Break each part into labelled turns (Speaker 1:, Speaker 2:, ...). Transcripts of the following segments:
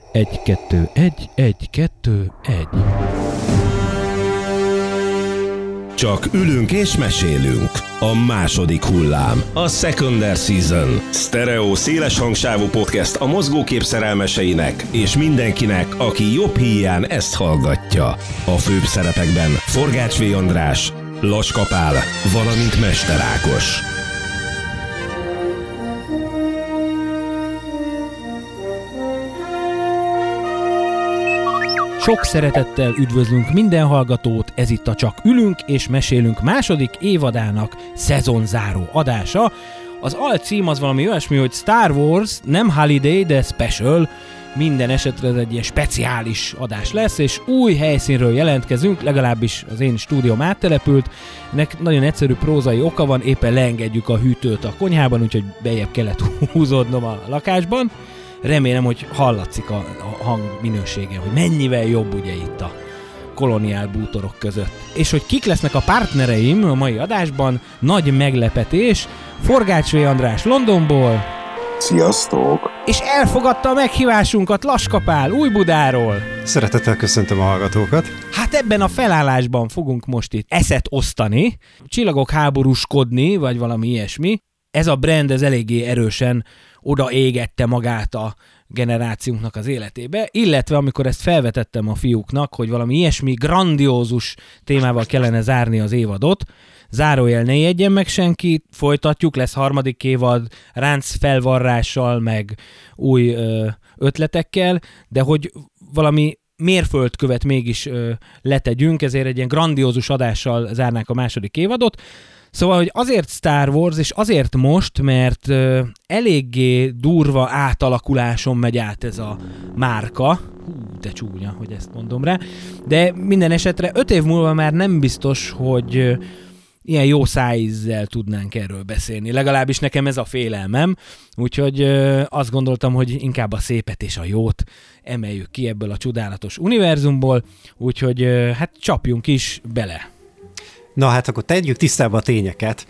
Speaker 1: 1, 2, 1, 1, 2, 1.
Speaker 2: Csak ülünk és mesélünk. A második hullám. A Secondary Season. Sztereó széles hangsávú podcast a mozgókép szerelmeseinek és mindenkinek, aki jobb híján ezt hallgatja. A főbb szerepekben Forgács V. András, Laska Pál, valamint Mester Ákos.
Speaker 1: Sok szeretettel üdvözlünk minden hallgatót, ez itt a Csak ülünk és mesélünk második évadának szezonzáró adása. Az alcím az valami olyasmi, hogy Star Wars, nem Holiday, de Special. Minden esetre ez egy ilyen speciális adás lesz, és új helyszínről jelentkezünk, legalábbis az én stúdióm áttelepült. Ennek nagyon egyszerű prózai oka van, éppen leengedjük a hűtőt a konyhában, úgyhogy bejjebb kellett húzódnom a lakásban. Remélem, hogy hallatszik a hang minősége, hogy mennyivel jobb ugye itt a koloniál bútorok között. És hogy kik lesznek a partnereim a mai adásban, nagy meglepetés, Forgács V. András Londonból.
Speaker 3: Sziasztok!
Speaker 1: És elfogadta a meghívásunkat Laska Pál Újbudáról.
Speaker 4: Szeretettel köszöntöm a hallgatókat.
Speaker 1: Hát ebben a felállásban fogunk most itt eszet osztani, csillagok háborúskodni, vagy valami ilyesmi. Ez a brand, ez eléggé erősen odaégette magát a generációnknak az életébe, illetve amikor ezt felvetettem a fiúknak, hogy valami ilyesmi grandiózus témával kellene zárni az évadot, zárójel ne jegyen meg senki, folytatjuk, lesz harmadik évad, ránc felvarrással, meg új ötletekkel, de hogy valami mérföldkövet mégis letegyünk, ezért egy ilyen grandiózus adással zárnánk a második évadot. Szóval, hogy azért Star Wars, és azért most, mert eléggé durva átalakuláson megy át ez a márka. De csúnya, hogy ezt mondom rá. De minden esetre 5 év múlva már nem biztos, hogy ilyen jó szájízzel tudnánk erről beszélni. Legalábbis nekem ez a félelmem. Úgyhogy azt gondoltam, hogy inkább a szépet és a jót emeljük ki ebből a csodálatos univerzumból. Úgyhogy hát csapjunk is bele.
Speaker 4: Na hát akkor tegyük tisztába a tényeket.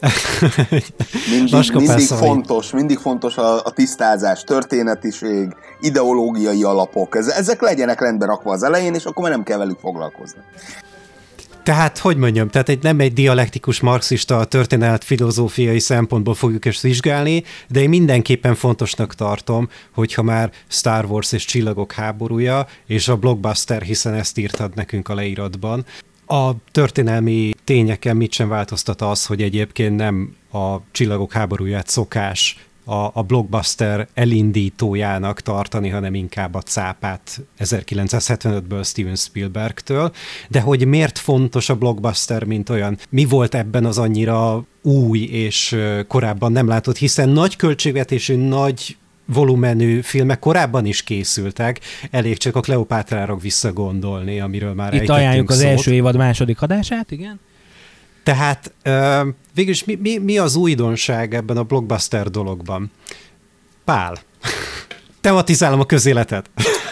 Speaker 3: Mindig fontos a tisztázás, történetiség, ideológiai alapok. Ezek legyenek rendben rakva az elején, és akkor már nem kell velük foglalkozni.
Speaker 4: Tehát, hogy mondjam, nem egy dialektikus marxista történet filozófiai szempontból fogjuk ezt vizsgálni, de én mindenképpen fontosnak tartom, hogyha már Star Wars és Csillagok háborúja, és a blockbuster, hiszen ezt írtad nekünk a leíratban. A történelmi tényeken mit sem változtat az, hogy egyébként nem a Csillagok háborúját szokás a blockbuster elindítójának tartani, hanem inkább a cápát 1975-ből Steven Spielbergtől. De hogy miért fontos a blockbuster, mint olyan? Mi volt ebben az annyira új és korábban nem látott, hiszen nagy költségvetésű, nagy volumenű filmek korábban is készültek, elég csak a Kleopátrára visszagondolni, amiről már
Speaker 1: itt ajánljuk az első évad második adását, igen?
Speaker 4: Tehát végülis mi az újdonság ebben a blockbuster dologban? Pál, tematizálom a közéletet.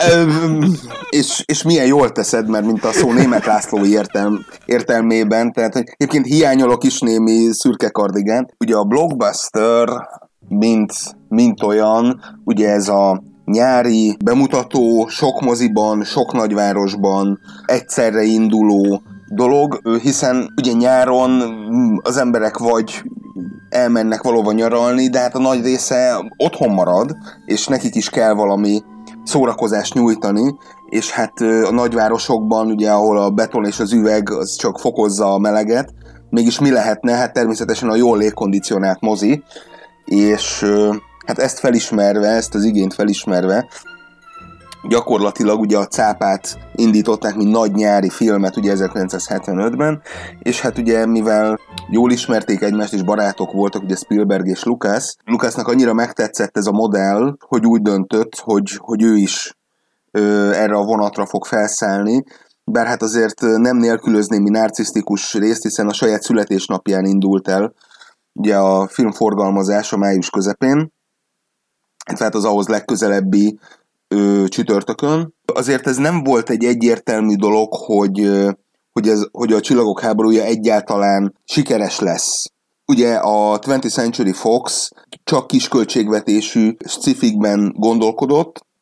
Speaker 3: És milyen jól teszed, mert mint a szó Németh László értelmében, tehát egyébként hiányolok is némi szürke kardigánt. Ugye a blockbuster mint olyan, ugye ez a nyári bemutató, sok moziban, sok nagyvárosban egyszerre induló dolog, hiszen ugye nyáron az emberek vagy elmennek valóban nyaralni, de hát a nagy része otthon marad, és nekik is kell valami szórakozást nyújtani, és hát a nagyvárosokban, ugye ahol a beton és az üveg az csak fokozza a meleget, mégis mi lehetne? Hát természetesen a jól légkondicionált mozi, és hát ezt az igényt felismerve, gyakorlatilag ugye a cápát indították, mint nagy nyári filmet ugye 1975-ben, és hát ugye mivel jól ismerték egymást és barátok voltak, ugye Spielberg és Lucasnak annyira megtetszett ez a modell, hogy úgy döntött, hogy ő is erre a vonatra fog felszállni, bár hát azért nem nélkülözném narcisztikus részt, hiszen a saját születésnapján indult el ugye a film forgalmazása május közepén, tehát az ahhoz legközelebbi csütörtökön. Azért ez nem volt egy egyértelmű dolog, hogy a Csillagok háborúja egyáltalán sikeres lesz. Ugye a 20th Century Fox csak kisköltségvetésű sci-fikben gondolkodott,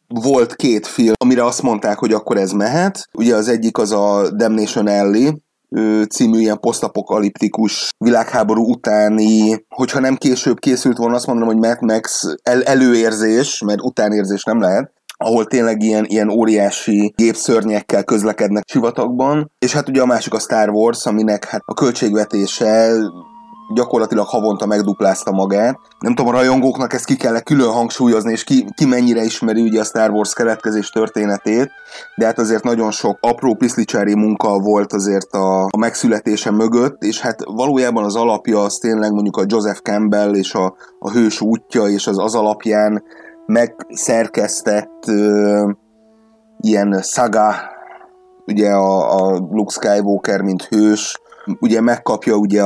Speaker 3: volt 2 film, amire azt mondták, hogy akkor ez mehet. Ugye az egyik az a Damnation Alley című ilyen posztapokaliptikus világháború utáni, hogyha nem később készült volna, azt mondanám, hogy Mad Max előérzés, mert utánérzés nem lehet, ahol tényleg ilyen óriási gépszörnyekkel közlekednek sivatagban. És hát ugye a másik a Star Wars, aminek hát a költségvetése gyakorlatilag havonta megduplázta magát. Nem tudom, a rajongóknak ezt ki kell külön hangsúlyozni, és ki mennyire ismeri ugye a Star Wars keletkezés történetét, de hát azért nagyon sok apró piszlicsári munka volt azért a megszületése mögött, és hát valójában az alapja az tényleg mondjuk a Joseph Campbell és a hős útja, és az alapján megszerkesztett ilyen saga, ugye a Luke Skywalker, mint hős, ugye megkapja ugye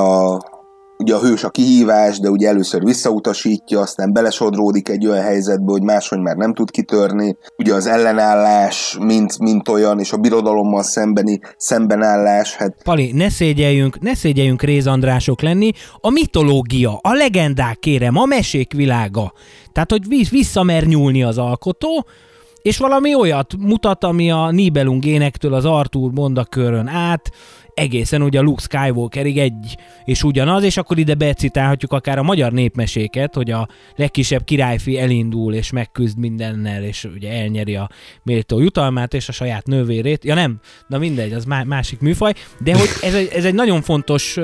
Speaker 3: a hős a kihívás, de ugye először visszautasítja, aztán belesodródik egy olyan helyzetbe, hogy máshogy már nem tud kitörni. Ugye az ellenállás, mint olyan, és a birodalommal szembeni szembenállás. Hát...
Speaker 1: Pali, ne szégyeljünk Réz Andrások lenni. A mitológia, a legendák, kérem, a mesék világa. Tehát, hogy visszamer nyúlni az alkotó, és valami olyat mutat, ami a Nibelung énektől az Arthur mondakörön át, egészen ugye a Luke Skywalkerig egy és ugyanaz, és akkor ide becitálhatjuk akár a magyar népmeséket, hogy a legkisebb királyfi elindul, és megküzd mindennel, és ugye elnyeri a méltó jutalmát, és a saját nővérét. Ja nem, na mindegy, az másik műfaj, de hogy ez egy nagyon fontos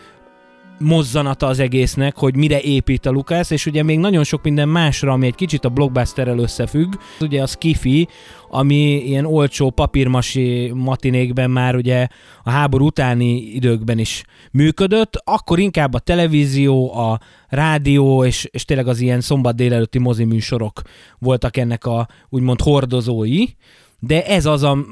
Speaker 1: mozzanata az egésznek, hogy mire épít a Lucas, és ugye még nagyon sok minden másra, ami egy kicsit a blockbusterrel összefügg. Ugye a skifi, ami ilyen olcsó papírmasi matinékben már ugye a háború utáni időkben is működött, akkor inkább a televízió, a rádió és tényleg az ilyen szombat délelőtti moziműsorok voltak ennek a úgymond hordozói, de ez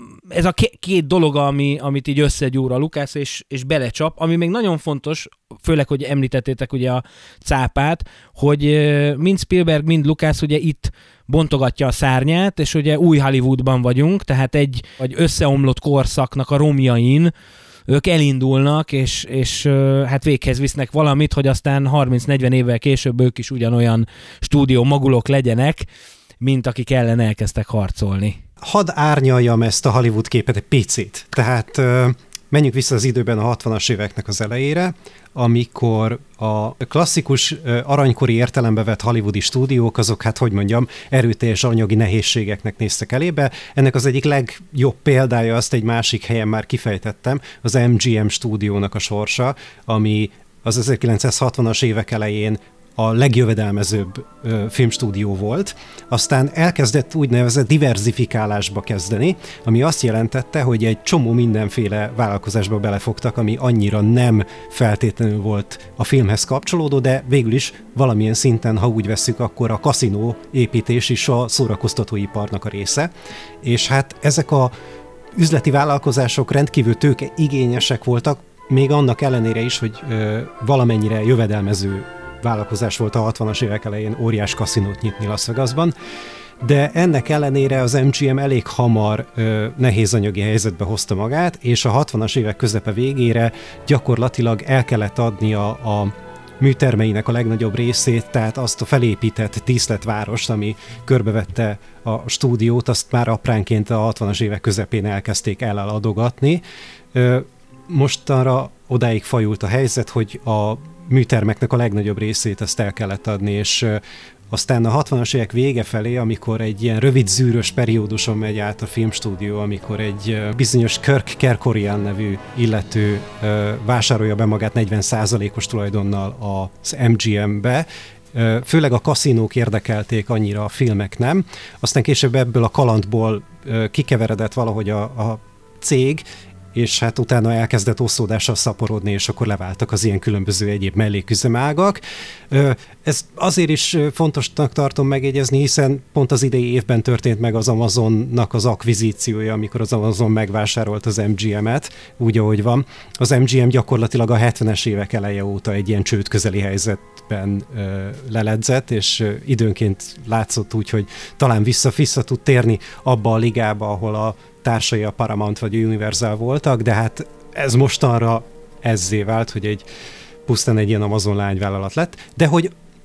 Speaker 1: a két dolog, amit így összegyúr a Lucas, és belecsap, ami még nagyon fontos, főleg, hogy említettétek ugye a cápát, hogy mind Spielberg, mind Lucas ugye itt bontogatja a szárnyát, és ugye új Hollywoodban vagyunk, tehát egy összeomlott korszaknak a romjain ők elindulnak, és hát véghez visznek valamit, hogy aztán 30-40 évvel később ők is ugyanolyan stúdió magulok legyenek, mint akik ellen elkezdtek harcolni.
Speaker 4: Hadd árnyaljam ezt a Hollywood képet egy picit. Tehát menjünk vissza az időben a 60-as éveknek az elejére, amikor a klasszikus aranykori értelembe vett hollywoodi stúdiók, azok, hát hogy mondjam, erőteljes anyagi nehézségeknek néztek elébe. Ennek az egyik legjobb példája, azt egy másik helyen már kifejtettem, az MGM stúdiónak a sorsa, ami az 1960-as évek elején a legjövedelmezőbb filmstúdió volt, aztán elkezdett úgynevezett diverzifikálásba kezdeni, ami azt jelentette, hogy egy csomó mindenféle vállalkozásba belefogtak, ami annyira nem feltétlenül volt a filmhez kapcsolódó, de végül is valamilyen szinten, ha úgy vesszük, akkor a kaszinó építés is a szórakoztatóiparnak a része, és hát ezek a üzleti vállalkozások rendkívül tőkeigényesek voltak, még annak ellenére is, hogy valamennyire jövedelmező vállalkozás volt a 60-as évek elején óriás kaszinót nyitni Las Vegasban, de ennek ellenére az MGM elég hamar nehéz anyagi helyzetbe hozta magát, és a 60-as évek közepe végére gyakorlatilag el kellett adnia a műtermeinek a legnagyobb részét, tehát azt a felépített díszletvárost, ami körbevette a stúdiót, azt már apránként a 60-as évek közepén elkezdték eladogatni. Mostanra odáig fajult a helyzet, hogy a műtermeknek a legnagyobb részét ezt el kellett adni, és aztán a 60-as évek vége felé, amikor egy ilyen rövid zűrös perióduson megy át a filmstúdió, amikor egy bizonyos Kirk Kerkorian nevű illető vásárolja be magát 40%-os tulajdonnal az MGM-be, főleg a kaszinók érdekelték, annyira a filmek nem. Aztán később ebből a kalandból kikeveredett valahogy a cég, és hát utána elkezdett oszlódással szaporodni, és akkor leváltak az ilyen különböző egyéb melléküzemágak. Ez azért is fontosnak tartom megjegyezni, hiszen pont az idei évben történt meg az Amazonnak az akvizíciója, amikor az Amazon megvásárolt az MGM-et, úgy ahogy van. Az MGM gyakorlatilag a 70-es évek eleje óta egy ilyen csődközeli helyzetben leledzett, és időnként látszott úgy, hogy talán vissza tud térni abba a ligába, ahol a társai a Paramount vagy a Universal voltak, de hát ez mostanra ezzé vált, hogy pusztán egy ilyen Amazon lányvállalat lett, de hogy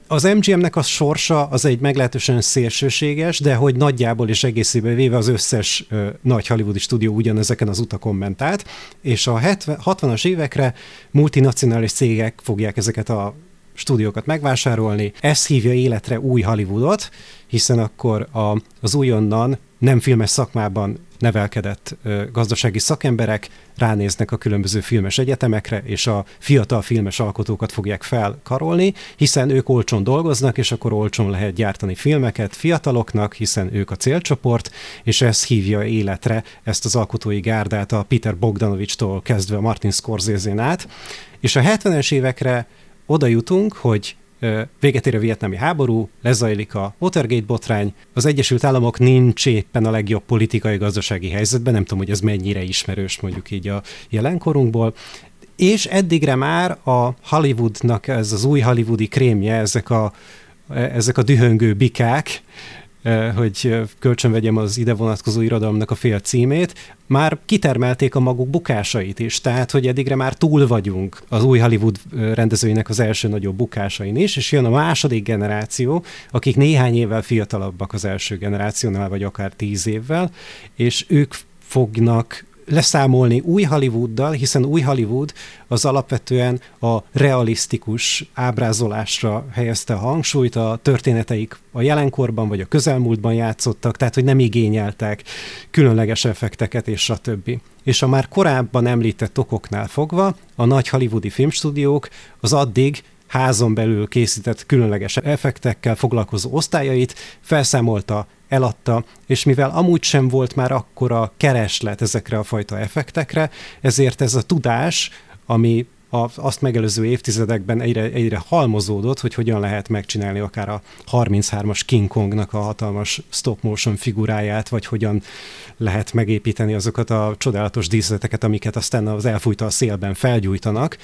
Speaker 4: Az MGM-nek a sorsa az egy meglehetősen szélsőséges, de hogy nagyjából és egészében véve az összes nagy hollywoodi stúdió ugyanezeken az utakon ment át, és a 60-as évekre multinacionális cégek fogják ezeket a stúdiókat megvásárolni. Ez hívja életre új Hollywoodot, hiszen akkor az újonnan nem filmes szakmában nevelkedett gazdasági szakemberek ránéznek a különböző filmes egyetemekre, és a fiatal filmes alkotókat fogják felkarolni, hiszen ők olcsón dolgoznak, és akkor olcsón lehet gyártani filmeket fiataloknak, hiszen ők a célcsoport, és ez hívja életre ezt az alkotói gárdát a Peter Bogdanovich-tól kezdve Martin Scorsese-n át, és a 70-es évekre oda jutunk, hogy véget ér a vietnámi háború, lezajlik a Watergate botrány, az Egyesült Államok nincs éppen a legjobb politikai-gazdasági helyzetben, nem tudom, hogy ez mennyire ismerős mondjuk így a jelenkorunkból, és eddigre már a Hollywoodnak ez az új hollywoodi krémje, ezek a dühöngő bikák, hogy kölcsönvegyem az ide vonatkozó irodalomnak a fél címét, már kitermelték a maguk bukásait is, tehát hogy eddigre már túl vagyunk az új Hollywood rendezőinek az első nagyobb bukásain is, és jön a második generáció, akik néhány évvel fiatalabbak az első generációnál, vagy akár 10 évvel, és ők fognak leszámolni új Hollywooddal, hiszen új Hollywood az alapvetően a realisztikus ábrázolásra helyezte a hangsúlyt, a történeteik a jelenkorban vagy a közelmúltban játszottak, tehát hogy nem igényeltek különleges effekteket és stb. És a már korábban említett okoknál fogva a nagy hollywoodi filmstúdiók az addig házon belül készített különleges effektekkel foglalkozó osztályait felszámolta, eladta, és mivel amúgy sem volt már akkora kereslet ezekre a fajta effektekre, ezért ez a tudás, ami azt megelőző évtizedekben egyre halmozódott, hogy hogyan lehet megcsinálni akár a 33-as King Kongnak a hatalmas stop motion figuráját, vagy hogyan lehet megépíteni azokat a csodálatos díszleteket, amiket aztán az elfújta a szélben felgyújtanak.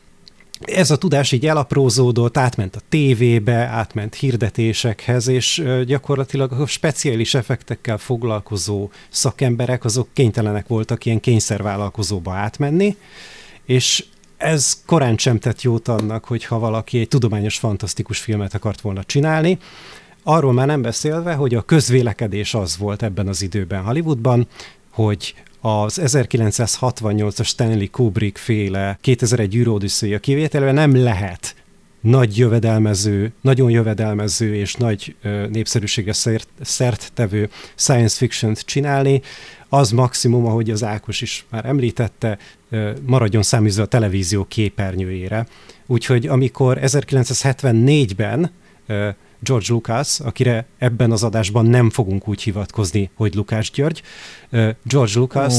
Speaker 4: Ez a tudás így elaprózódott, átment a tévébe, átment hirdetésekhez, és gyakorlatilag a speciális effektekkel foglalkozó szakemberek, azok kénytelenek voltak ilyen kényszervállalkozóba átmenni, és ez korán sem tett jót annak, hogyha valaki egy tudományos, fantasztikus filmet akart volna csinálni. Arról már nem beszélve, hogy a közvélekedés az volt ebben az időben Hollywoodban, hogy az 1968-as Stanley Kubrick féle 2001 űrodysszeja kivételével nem lehet nagyon jövedelmező és nagy népszerűségre szert tevő science fiction-t csinálni. Az maximum, ahogy az Ákos is már említette, maradjon száműzve a televízió képernyőjére. Úgyhogy amikor 1974-ben George Lucas, akire ebben az adásban nem fogunk úgy hivatkozni, hogy Lukács György. George Lucas...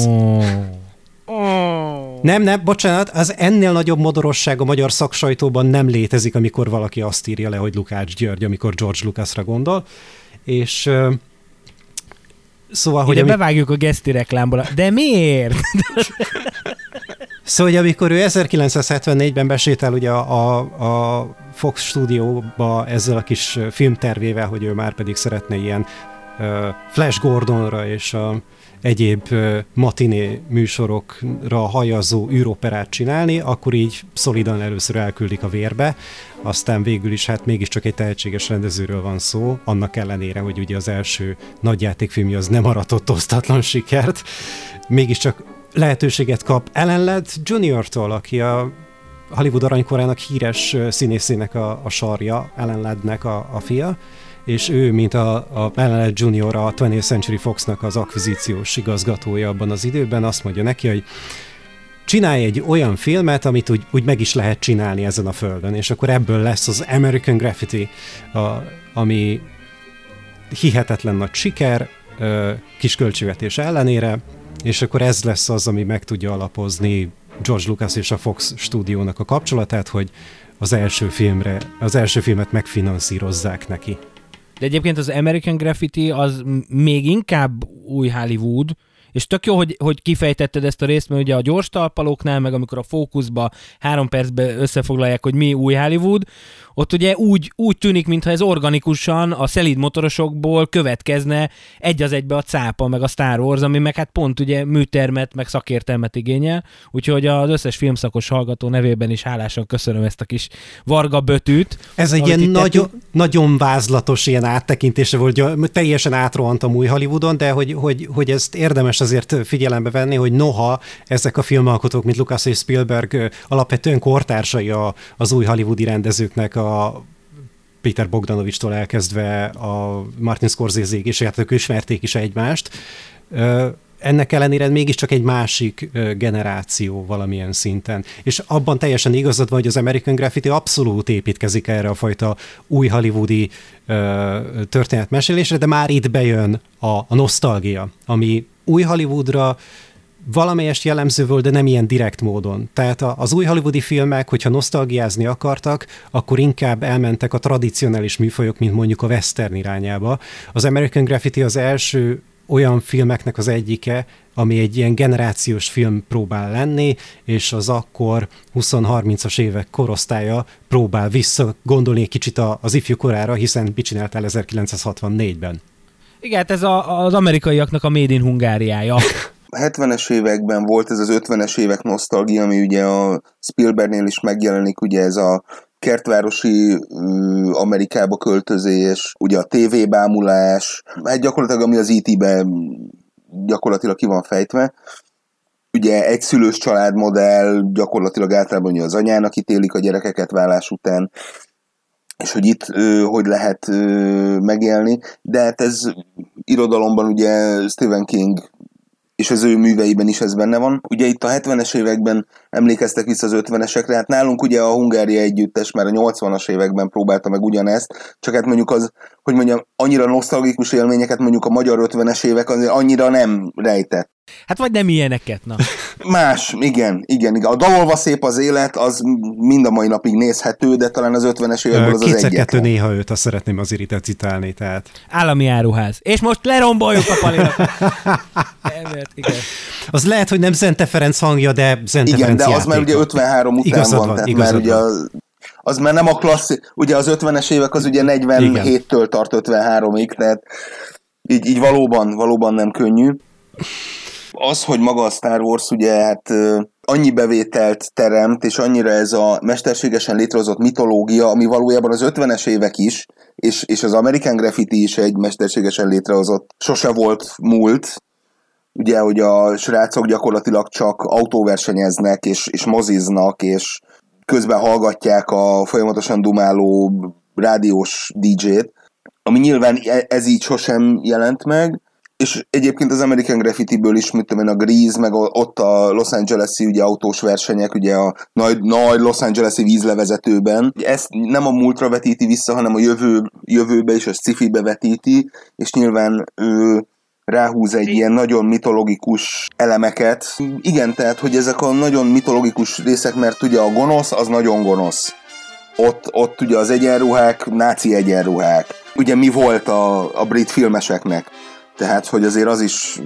Speaker 4: Nem, bocsánat, az ennél nagyobb modorosság a magyar szaksajtóban nem létezik, amikor valaki azt írja le, hogy Lukács György, amikor George Lucasra gondol. És... Szóval,
Speaker 1: hogy bevágjuk a geszti reklámból. De miért?
Speaker 4: Szóval, hogy amikor ő 1974-ben besétál ugye a Fox stúdióba ezzel a kis filmtervével, hogy ő már pedig szeretne ilyen Flash Gordonra és egyéb matiné műsorokra hajazó űroperát csinálni, akkor így szolidan először elküldik a vérbe, aztán végül is hát mégiscsak egy tehetséges rendezőről van szó, annak ellenére, hogy ugye az első nagyjátékfilmje az nem aratott osztatlan sikert, mégiscsak lehetőséget kap Alan Ladd Jr.-tól, aki a Hollywood aranykorának híres színészének a sarja, Alan Laddnek a fia, és ő, mint a Alan Ladd Jr., a 20th Century Fox-nak az akvizíciós igazgatója abban az időben, azt mondja neki, hogy csinálj egy olyan filmet, amit úgy meg is lehet csinálni ezen a földön, és akkor ebből lesz az American Graffiti, ami hihetetlen nagy siker, kis költségvetés ellenére, és akkor ez lesz az, ami meg tudja alapozni George Lucas és a Fox stúdiónak a kapcsolatát, hogy az első filmet megfinanszírozzák neki.
Speaker 1: De egyébként az American Graffiti az még inkább új Hollywood, És tök jó, hogy kifejtetted ezt a részt, mert ugye a gyors talpalóknál, meg amikor a fókuszba 3 percben összefoglalják, hogy mi új Hollywood, ott ugye úgy tűnik, mintha ez organikusan a szelíd motorosokból következne egy az egybe a cápa, meg a Star Wars, ami meg hát pont ugye műtermet, meg szakértelmet igényel, úgyhogy az összes filmszakos hallgató nevében is hálásan köszönöm ezt a kis Varga bötűt.
Speaker 4: Ez egy ilyen nagyon vázlatos ilyen áttekintése volt, teljesen átrohantam új Hollywoodon, de hogy ezt érdemes azért figyelembe venni, hogy noha ezek a filmalkotók, mint Lucas és Spielberg alapvetően kortársai az új hollywoodi rendezőknek, a Peter Bogdanovicstól elkezdve a Martin Scorsese-ig, és hát ők ismerték is egymást. Ennek ellenére mégiscsak egy másik generáció valamilyen szinten. És abban teljesen igazad van, hogy az American Graffiti abszolút építkezik erre a fajta új hollywoodi történetmesélésre, de már itt bejön a nosztalgia, ami új Hollywoodra valamelyest jellemző volt, de nem ilyen direkt módon. Tehát az új hollywoodi filmek, hogyha nosztalgiázni akartak, akkor inkább elmentek a tradicionális műfajok, mint mondjuk a western irányába. Az American Graffiti az első olyan filmeknek az egyike, ami egy ilyen generációs film próbál lenni, és az akkor 20-30-as évek korosztálya próbál visszagondolni egy kicsit az ifjú korára, hiszen mit csináltál 1964-ben?
Speaker 1: Igen, ez az amerikaiaknak a Made in Hungáriája.
Speaker 3: A 70-es években volt ez az 50-es évek nosztalgia, ami ugye a Spielbergnél is megjelenik, ugye ez a kertvárosi Amerikába költözés, ugye a tévébámulás, hát gyakorlatilag ami az E.T.-ben gyakorlatilag ki van fejtve. Ugye egyszülős családmodell, gyakorlatilag általában ugye az anyának ítélik a gyerekeket vállás után, és hogy itt hogy lehet megélni, de hát ez irodalomban ugye Stephen King és az ő műveiben is ez benne van. Ugye itt a 70-es években emlékeztek vissza az 50-esekre, hát nálunk ugye a Hungária együttes már a 80-as években próbálta meg ugyanezt, csak hát mondjuk az, hogy mondjam, annyira nosztalgikus élményeket mondjuk a magyar 50-es évek azért annyira nem rejtett.
Speaker 1: Hát vagy nem ilyeneket, na.
Speaker 3: Más, igen. A Dalolva szép az élet, az mind a mai napig nézhető, de talán az 50-es évekből az egyetlen.
Speaker 4: Kétszer-kettő néha őt, azt szeretném azért itt citálni, tehát.
Speaker 1: Állami áruház. És most leromboljuk a Palinak. Igen.
Speaker 4: Az lehet, hogy nem Zente Ferenc hangja, de Zente
Speaker 3: igen,
Speaker 4: Ferenc
Speaker 3: de az
Speaker 4: játéka.
Speaker 3: már ugye 53 után
Speaker 4: igazad
Speaker 3: van, tehát
Speaker 4: igazad
Speaker 3: már ugye az már nem a klasszik, ugye az 50-es évek az ugye 47-től tart 53-ig, tehát így valóban nem könnyű. Az, hogy maga a Star Wars ugye hát annyi bevételt teremt, és annyira ez a mesterségesen létrehozott mitológia, ami valójában az 50-es évek is, és az American Graffiti is egy mesterségesen létrehozott, sose volt múlt, ugye, hogy a srácok gyakorlatilag csak autóversenyeznek, és moziznak, és közben hallgatják a folyamatosan dumáló rádiós DJ-t, ami nyilván ez így sosem jelent meg, és egyébként az American Graffiti-ből is, mint tudom én, a Grease, meg ott a Los Angeles-i ugye, autós versenyek, ugye a nagy Los Angeles-i vízlevezetőben. Ezt nem a múltra vetíti vissza, hanem a jövőbe és a sci-fibe vetíti, és nyilván ő ráhúz egy ilyen nagyon mitológikus elemeket. Igen, tehát, hogy ezek a nagyon mitológikus részek, mert ugye a gonosz, az nagyon gonosz. Ott ugye az egyenruhák, náci egyenruhák. Ugye mi volt a brit filmeseknek? Tehát, hogy azért az is,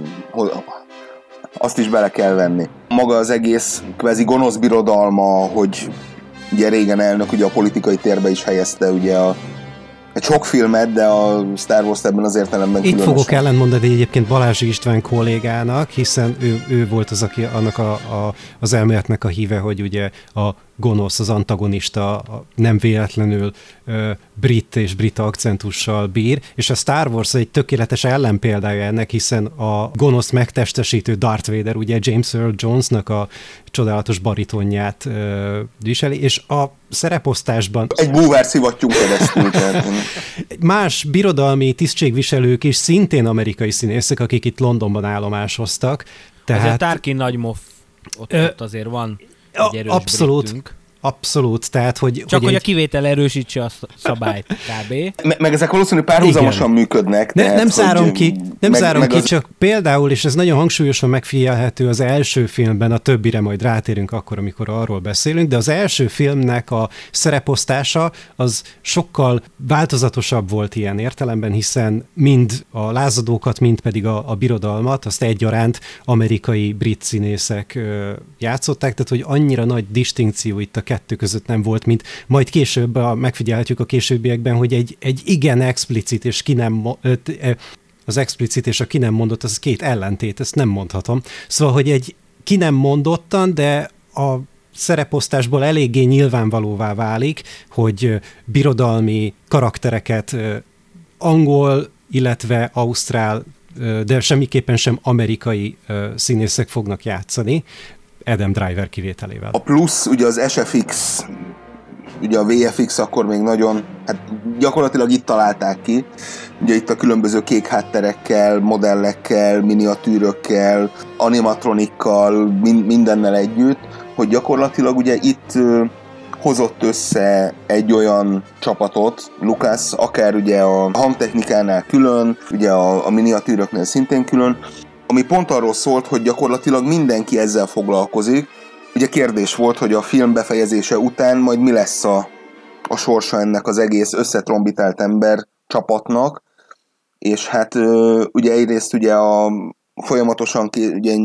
Speaker 3: azt is bele kell venni. Maga az egész kvázi gonosz birodalma, hogy ugye Reagan elnök ugye a politikai térbe is helyezte ugye egy sok filmet, de a Star Wars ebben az értelemben
Speaker 4: itt
Speaker 3: különösen.
Speaker 4: Fogok ellentmondani egyébként Balázs István kollégának, hiszen ő volt az, aki annak az elméletnek a híve, hogy ugye a gonosz, az antagonista nem véletlenül brit és brit akcentussal bír, és a Star Wars egy tökéletes ellenpéldája ennek, hiszen a gonosz megtestesítő Darth Vader, ugye James Earl Jonesnak a csodálatos baritonját viseli, és a szereposztásban...
Speaker 3: Egy búvár szivattyunk keresztül.
Speaker 4: Más birodalmi tisztségviselők is szintén amerikai színészek, akik itt Londonban állomásoztak.
Speaker 1: Tehát... Azért Tarkin nagymoff, ott azért van egy erős
Speaker 4: abszolút.
Speaker 1: brittünk.
Speaker 4: Abszolút, tehát hogy...
Speaker 1: Csak hogy a kivétel erősítse a szabályt kb.
Speaker 3: Meg ezek valószínűleg párhuzamosan működnek.
Speaker 4: Nem zárom ki, csak például, és ez nagyon hangsúlyosan megfigyelhető az első filmben, a többire majd rátérünk akkor, amikor arról beszélünk, de az első filmnek a szereposztása az sokkal változatosabb volt ilyen értelemben, hiszen mind a lázadókat, mind pedig a birodalmat, azt egyaránt amerikai, brit színészek játszották, tehát hogy annyira nagy distinkció itt a kettő között nem volt, mint majd később megfigyelhetjük a későbbiekben, hogy egy igen explicit és az explicit és a ki nem mondott, az két ellentét, ezt nem mondhatom. Szóval, hogy egy ki nem mondottan, de a szereposztásból eléggé nyilvánvalóvá válik, hogy birodalmi karaktereket angol, illetve ausztrál, de semmiképpen sem amerikai színészek fognak játszani, Adam Driver kivételével.
Speaker 3: A plusz, ugye az SFX, ugye a VFX akkor még nagyon, hát gyakorlatilag itt találták ki, ugye itt a különböző kék hátterekkel, modellekkel, miniatűrökkel, animatronikkal, mindennel együtt, hogy gyakorlatilag ugye itt hozott össze egy olyan csapatot, Lucas, akár ugye a hangtechnikánál külön, ugye a miniatűröknél szintén külön, ami pont arról szólt, hogy gyakorlatilag mindenki ezzel foglalkozik. Ugye kérdés volt, hogy a film befejezése után majd mi lesz a sorsa ennek az egész összetrombitált ember csapatnak, és hát ugye egyrészt ugye a folyamatosan, ugye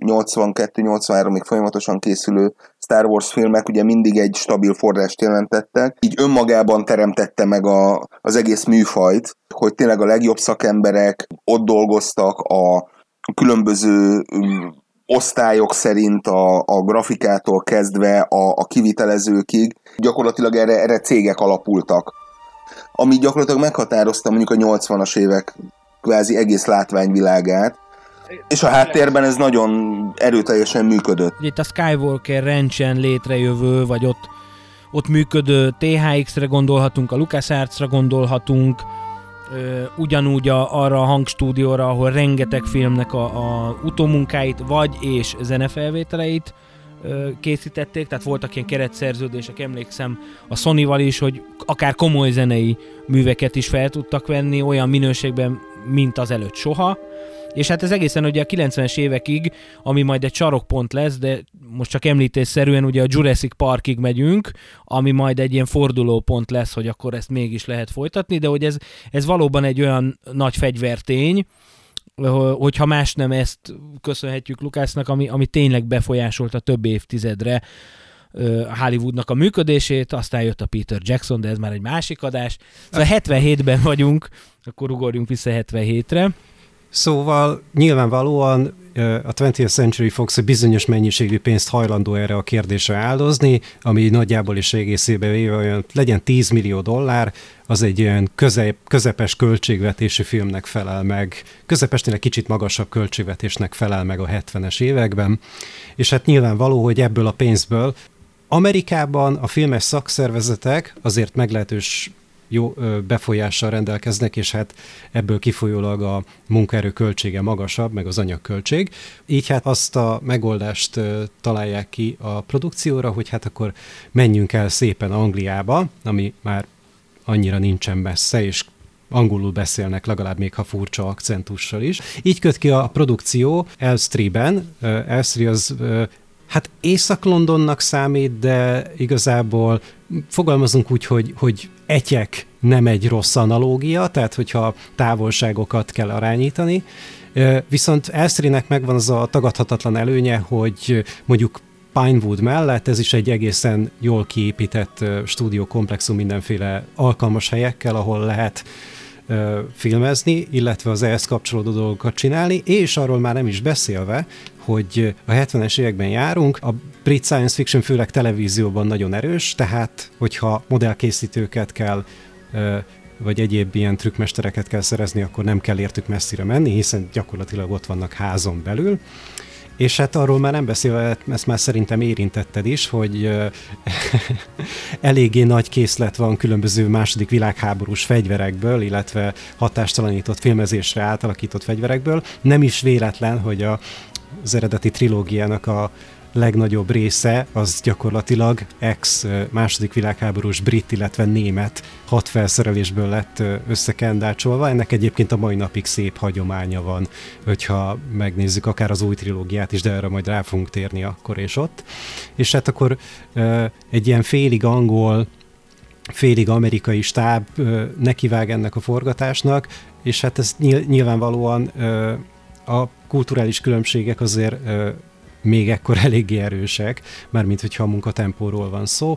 Speaker 3: 82-83-ig folyamatosan készülő Star Wars filmek ugye mindig egy stabil forrást jelentettek, így önmagában teremtette meg az egész műfajt, hogy tényleg a legjobb szakemberek ott dolgoztak a különböző osztályok szerint a grafikától kezdve a kivitelezőkig, gyakorlatilag erre cégek alapultak. Ami gyakorlatilag meghatározta mondjuk a 80-as évek kvázi egész látványvilágát, és a háttérben ez nagyon erőteljesen működött.
Speaker 1: Itt a Skywalker Ranchen létrejövő, vagy ott működő THX-re gondolhatunk, a LucasArts-ra gondolhatunk, ugyanúgy arra a hangstúdióra, ahol rengeteg filmnek a utómunkáit, vagy és zenefelvételeit készítették, tehát voltak ilyen keretszerződések, emlékszem a Sony-val is, hogy akár komoly zenei műveket is fel tudtak venni, olyan minőségben, mint az előtt soha. És hát ez egészen ugye a 90-es évekig, ami majd egy sarokpont lesz, de most csak említésszerűen ugye a Jurassic Parkig megyünk, ami majd egy ilyen fordulópont lesz, hogy akkor ezt mégis lehet folytatni, de hogy ez valóban egy olyan nagy fegyvertény, hogyha más nem ezt köszönhetjük Lucasnak, ami tényleg befolyásolta több évtizedre Hollywoodnak a működését, aztán jött a Peter Jackson, de ez már egy másik adás. Szóval 77-ben vagyunk, akkor ugorjunk vissza 77-re.
Speaker 4: Szóval nyilvánvalóan a 20th Century Fox egy bizonyos mennyiségű pénzt hajlandó erre a kérdésre áldozni, ami nagyjából is egészében véve olyan, legyen 10 millió dollár, az egy olyan közepes költségvetésű filmnek felel meg, közepesnél egy kicsit magasabb költségvetésnek felel meg a 70-es években, és hát nyilvánvaló, hogy ebből a pénzből Amerikában a filmes szakszervezetek azért meglehetős jó befolyással rendelkeznek, és hát ebből kifolyólag a munkaerő költsége magasabb, meg az anyagköltség. Így hát azt a megoldást találják ki a produkcióra, hogy hát akkor menjünk el szépen Angliába, ami már annyira nincsen messze, és angolul beszélnek, legalább még ha furcsa akcentussal is. Így köt ki a produkció Elstree-ben. Elstree az hát Észak-Londonnak számít, de igazából fogalmazunk úgy, hogy Etyek nem egy rossz analógia, tehát hogyha távolságokat kell arányítani. Viszont Elstree-nek megvan az a tagadhatatlan előnye, hogy mondjuk Pinewood mellett ez is egy egészen jól kiépített stúdiókomplexum mindenféle alkalmas helyekkel, ahol lehet filmezni, illetve az ehhez kapcsolódó dolgokat csinálni, és arról már nem is beszélve, hogy a 70-es években járunk, a brit science fiction főleg televízióban nagyon erős, tehát hogyha modellkészítőket kell, vagy egyéb ilyen trükkmestereket kell szerezni, akkor nem kell értük messzire menni, hiszen gyakorlatilag ott vannak házon belül. És hát arról már nem beszélve, ezt már szerintem érintetted is, hogy eléggé nagy készlet van különböző második világháborús fegyverekből, illetve hatástalanított filmezésre átalakított fegyverekből. Nem is véletlen, hogy az eredeti trilógiának a legnagyobb része az gyakorlatilag második világháborús brit, illetve német hadfelszerelésből lett összekendácsolva. Ennek egyébként a mai napig szép hagyománya van, hogyha megnézzük akár az új trilógiát is, de erre majd rá fogunk térni akkor és ott. És hát akkor egy ilyen félig angol, félig amerikai stáb nekivág ennek a forgatásnak, és hát ez nyilvánvalóan a kulturális különbségek azért még ekkor eléggé erősek, mármint hogyha a munkatempóról van szó.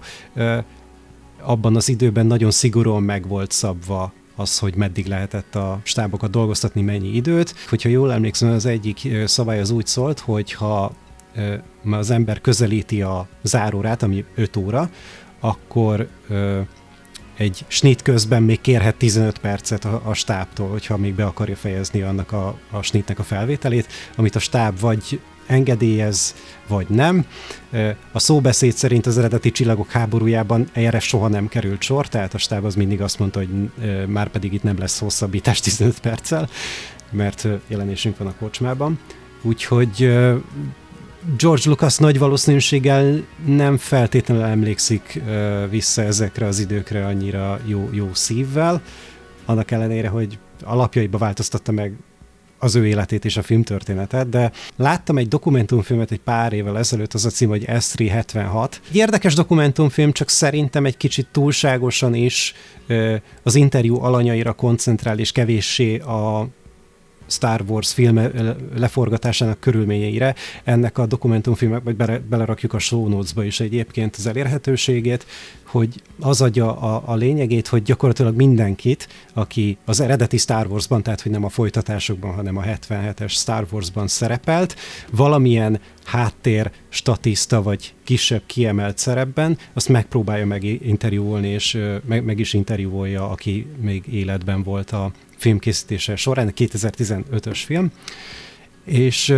Speaker 4: Abban az időben nagyon szigorúan meg volt szabva az, hogy meddig lehetett a stábokat dolgoztatni, mennyi időt. Hogyha jól emlékszem, az egyik szabály az úgy szólt, hogy ha az ember közelíti a zárórát, ami 5 óra, akkor egy snit közben még kérhet 15 percet a stábtól, hogyha még be akarja fejezni annak a snitnek a felvételét, amit a stáb vagy engedélyez, vagy nem. A szóbeszéd szerint az eredeti Csillagok háborújában erre soha nem került sor, tehát a stáb az mindig azt mondta, hogy már pedig itt nem lesz hosszabbítás 15 perccel, mert jelenésünk van a kocsmában. Úgyhogy George Lucas nagy valószínűséggel nem feltétlenül emlékszik vissza ezekre az időkre annyira jó szívvel, annak ellenére, hogy alapjaiba változtatta meg az ő életét és a filmtörténetet, de láttam egy dokumentumfilmet egy pár évvel ezelőtt, az a cím, hogy S376. Egy érdekes dokumentumfilm, csak szerintem egy kicsit túlságosan is az interjú alanyaira koncentrál, és kevéssé a Star Wars film leforgatásának körülményeire. Ennek a dokumentumfilmek, vagy belerakjuk a show notes-ba is egyébként az elérhetőségét, hogy az adja a lényegét, hogy gyakorlatilag mindenkit, aki az eredeti Star Warsban, tehát hogy nem a folytatásokban, hanem a 77-es Star Warsban szerepelt, valamilyen háttér, statiszta vagy kisebb kiemelt szerepben, azt megpróbálja meginterjúolni, és meg is interjúolja, aki még életben volt a filmkészítése során, 2015-ös film, és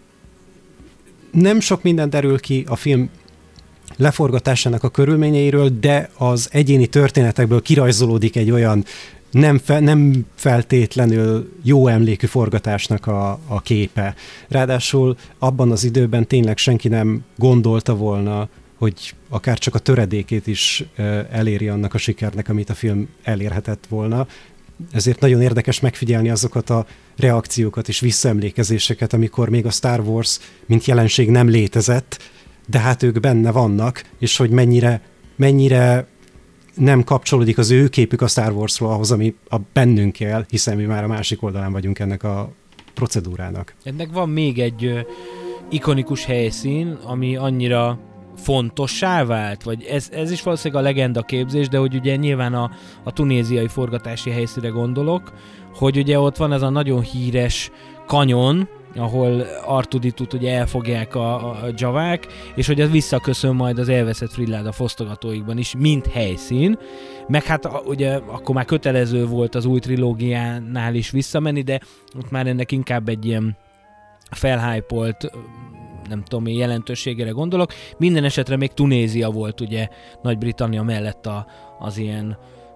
Speaker 4: nem sok minden derül ki a film leforgatásának a körülményeiről, de az egyéni történetekből kirajzolódik egy olyan nem feltétlenül jó emlékű forgatásnak a képe. Ráadásul abban az időben tényleg senki nem gondolta volna, hogy akár csak a töredékét is eléri annak a sikernek, amit a film elérhetett volna. Ezért nagyon érdekes megfigyelni azokat a reakciókat és visszaemlékezéseket, amikor még a Star Wars mint jelenség nem létezett, de hát ők benne vannak, és hogy mennyire nem kapcsolódik az ő képük a Star Warsról ahhoz, ami a bennünk él, hiszen mi már a másik oldalán vagyunk ennek a procedúrának.
Speaker 1: Ennek van még egy ikonikus helyszín, ami annyira fontossá vált, vagy ez is valószínűleg a legenda képzés, de hogy ugye nyilván a tunéziai forgatási helyszínre gondolok, hogy ugye ott van ez a nagyon híres kanyon, ahol R2-D2-t ugye elfogják a dzsavák, és hogy az visszaköszön majd az elveszett Frilláda fosztogatóikban is, mint helyszín. Meg hát ugye akkor már kötelező volt az új trilógiánál is visszamenni, de ott már ennek inkább egy ilyen felhypolt, nem tudom én, jelentőségére gondolok. Minden esetre még Tunézia volt ugye Nagy-Britannia mellett az ilyen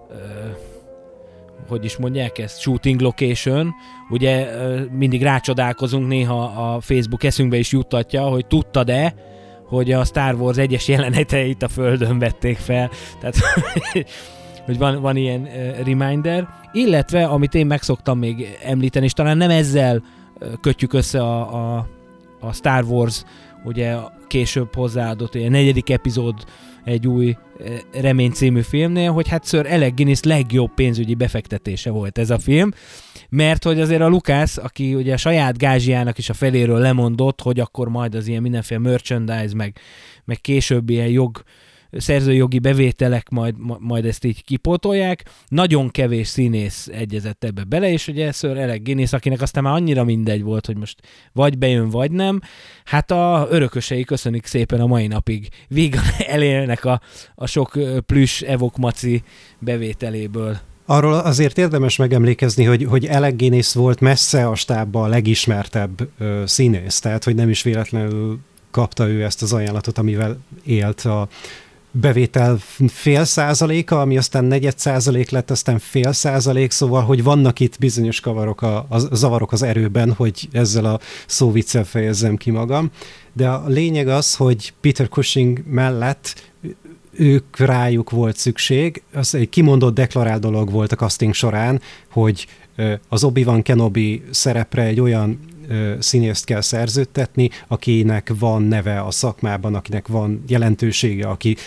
Speaker 1: hogy is mondják ezt, shooting location, ugye mindig rácsodálkozunk, néha a Facebook eszünkbe is juttatja, hogy tudtad-e, hogy a Star Wars egyes jeleneteit a Földön vették fel, tehát hogy van ilyen reminder, illetve amit én meg szoktam még említeni, és talán nem ezzel kötjük össze a Star Wars, ugye később hozzáadott a 4. epizód egy új Remény című filmnél, hogy hát Sir Alec Guinness legjobb pénzügyi befektetése volt ez a film, mert hogy azért a Lucas, aki ugye a saját gázsiának is a feléről lemondott, hogy akkor majd az ilyen mindenféle merchandise, meg később ilyen szerzőjogi bevételek majd ezt így kipótolják. Nagyon kevés színész egyezett ebbe bele, és ugye Sir Alec Guinness, akinek aztán már annyira mindegy volt, hogy most vagy bejön, vagy nem, hát a örökösei köszönik szépen a mai napig. Vígan elélnek a sok plüss Evok Maci bevételéből.
Speaker 4: Arról azért érdemes megemlékezni, hogy Alec Guinness volt messze a stábban a legismertebb színész, tehát hogy nem is véletlenül kapta ő ezt az ajánlatot, amivel élt a bevétel 0,5%, ami aztán 0,4% lett, aztán 0,5%, szóval, hogy vannak itt bizonyos zavarok az erőben, hogy ezzel a szóviccel fejezzem ki magam. De a lényeg az, hogy Peter Cushing mellett ők rájuk volt szükség. Az egy kimondott deklarált dolog volt a casting során, hogy az Obi-Wan Kenobi szerepre egy olyan színészt kell szerződtetni, akinek van neve a szakmában, akinek van jelentősége, aki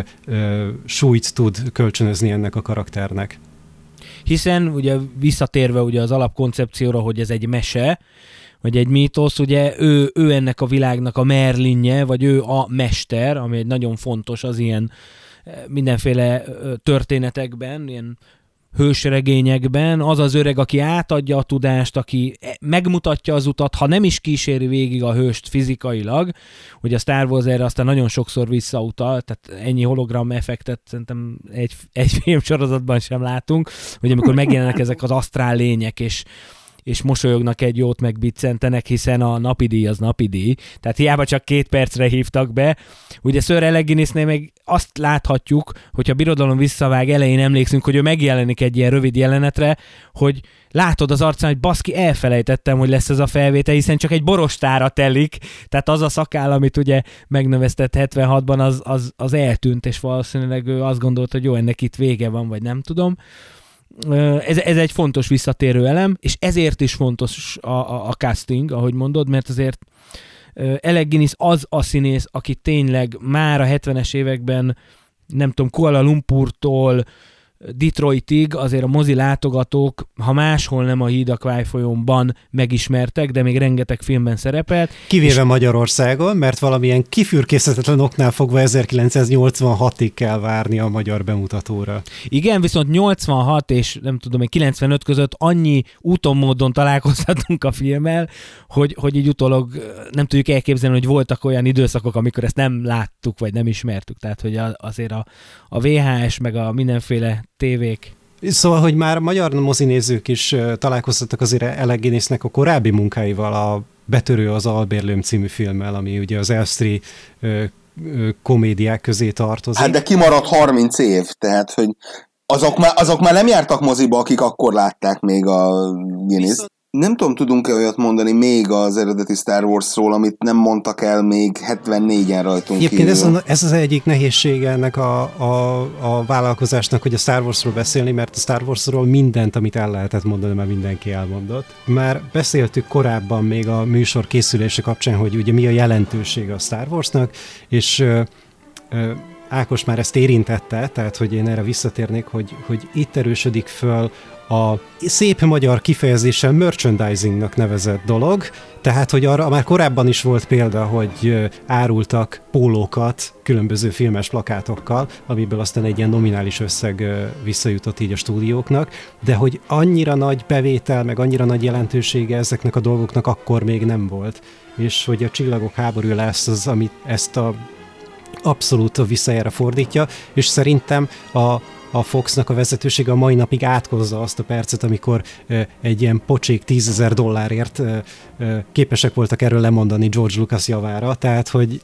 Speaker 4: súlyt tud kölcsönözni ennek a karakternek.
Speaker 1: Hiszen ugye visszatérve ugye az alapkoncepcióra, hogy ez egy mese, vagy egy mítosz, ugye ő ennek a világnak a Merlinje, vagy ő a mester, ami egy nagyon fontos az ilyen mindenféle történetekben, ilyen hősregényekben, az az öreg, aki átadja a tudást, aki megmutatja az utat, ha nem is kíséri végig a hőst fizikailag. Ugye a Star Wars erre aztán nagyon sokszor visszautal, tehát ennyi hologram effektet szerintem egy filmsorozatban sem látunk, hogy amikor megjelennek ezek az asztrál lények, és mosolyognak egy jót, meg biccentenek, hiszen a napi díj az napi díj. Tehát hiába csak 2 percre hívtak be. Ugye Sir Alec Guinnessnél meg azt láthatjuk, hogyha a Birodalom visszavág, elején emlékszünk, hogy ő megjelenik egy ilyen rövid jelenetre, hogy látod az arcán, hogy baszki, elfelejtettem, hogy lesz ez a felvétel, hiszen csak egy borostára telik, tehát az a szakáll, amit ugye megnövesztett 76-ban, az eltűnt, és valószínűleg ő azt gondolta, hogy jó, ennek itt vége van, vagy nem tudom. Ez egy fontos visszatérő elem, és ezért is fontos a casting, ahogy mondod, mert azért Alec Guinness az a színész, aki tényleg már a 70-es években, nem tudom, Kuala Lumpurtól Detroitig azért a mozi látogatók, ha máshol nem a Híd a Kwai folyónban megismertek, de még rengeteg filmben szerepelt.
Speaker 4: Kivéve Magyarországon, mert valamilyen kifürkészhetetlen oknál fogva 1986-ig kell várni a magyar bemutatóra.
Speaker 1: Igen, viszont 86 és nem tudom, 95 között annyi úton módon találkozhatunk a filmmel, hogy így utólag nem tudjuk elképzelni, hogy voltak olyan időszakok, amikor ezt nem láttuk, vagy nem ismertük. Tehát, hogy azért a VHS, meg a mindenféle tévék.
Speaker 4: Szóval, hogy már magyar mozinézők is találkoztattak azért Alec Guinnessnek a korábbi munkáival, a Betörő az albérlőm című filmmel, ami ugye az Elstree komédiák közé tartozik.
Speaker 3: Hát de kimaradt 30 év, tehát, hogy azok már nem jártak moziba, akik akkor látták még a Guinness. Nem tudom, tudunk-e olyat mondani még az eredeti Star Warsról, amit nem mondtak el még 74-en rajtunk
Speaker 4: Egyébként
Speaker 3: kívül.
Speaker 4: ez az egyik nehézsége ennek a vállalkozásnak, hogy a Star Warsról beszélni, mert a Star Warsról mindent, amit el lehetett mondani, már mindenki elmondott. Már beszéltük korábban még a műsor készülése kapcsán, hogy ugye mi a jelentősége a Star Warsnak, és Ákos már ezt érintette, tehát hogy én erre visszatérnék, hogy itt erősödik föl a szép magyar kifejezéssel merchandisingnak nevezett dolog, tehát, hogy arra már korábban is volt példa, hogy árultak pólókat különböző filmes plakátokkal, amiből aztán egy ilyen nominális összeg visszajutott így a stúdióknak, de hogy annyira nagy bevétel, meg annyira nagy jelentősége ezeknek a dolgoknak akkor még nem volt. És hogy a Csillagok háborúja lesz az, amit ezt abszolút a visszajára fordítja, és szerintem a Foxnak a vezetősége a mai napig átkozza azt a percet, amikor egy ilyen pocsék $10,000 képesek voltak erről lemondani George Lucas javára, tehát hogy...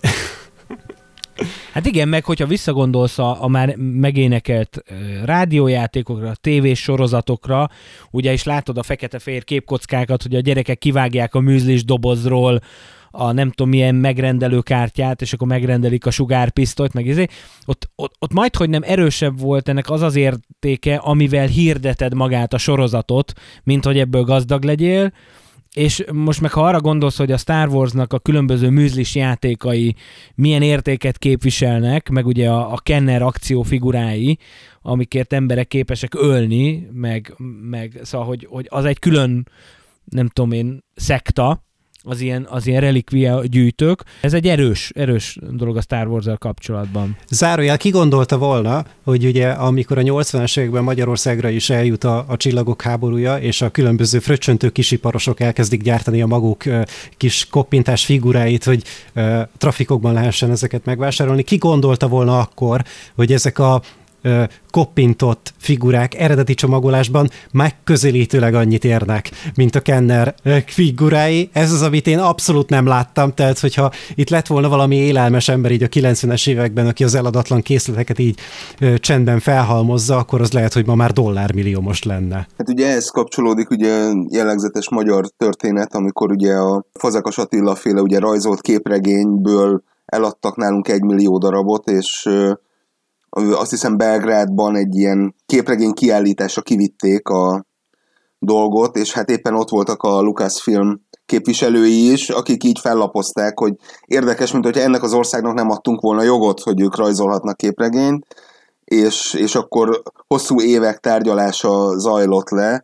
Speaker 1: Hát igen, meg hogyha visszagondolsz a már megénekelt rádiójátékokra, tévés sorozatokra, ugye is látod a fekete-fehér képkockákat, hogy a gyerekek kivágják a műzlis dobozról a nem tudom milyen megrendelőkártyát, és akkor megrendelik a sugárpisztolyt, meg ott majdhogy nem erősebb volt ennek az értéke, amivel hirdeted magát a sorozatot, mint hogy ebből gazdag legyél, és most meg ha arra gondolsz, hogy a Star Warsnak a különböző műzlis játékai milyen értéket képviselnek, meg ugye a Kenner akciófigurái, amikért emberek képesek ölni, meg szóval, hogy az egy külön, nem tudom én, szekta, az ilyen relikvia gyűjtők. Ez egy erős dolog a Star Wars-zal kapcsolatban.
Speaker 4: Zárójel, ki gondolta volna, hogy ugye amikor a 80-as években Magyarországra is eljut a Csillagok háborúja, és a különböző fröccsöntő kisiparosok elkezdik gyártani a maguk kis koppintás figuráit, hogy trafikokban lehessen ezeket megvásárolni. Ki gondolta volna akkor, hogy ezek a koppintott figurák eredeti csomagolásban megközelítőleg annyit érnek, mint a Kenner figurái. Ez az, amit én abszolút nem láttam, tehát hogyha itt lett volna valami élelmes ember így a 90-es években, aki az eladatlan készleteket így csendben felhalmozza, akkor az lehet, hogy ma már dollármilliómos lenne.
Speaker 3: Hát ugye ehhez kapcsolódik ugye jellegzetes magyar történet, amikor ugye a Fazekas Attila féle ugye rajzolt képregényből eladtak nálunk 1 millió darabot, és azt hiszem Belgrádban egy ilyen képregény kiállításra kivitték a dolgot, és hát éppen ott voltak a Lucasfilm képviselői is, akik így fellapozták, hogy érdekes, mint hogyha ennek az országnak nem adtunk volna jogot, hogy ők rajzolhatnak képregényt, és akkor hosszú évek tárgyalása zajlott le,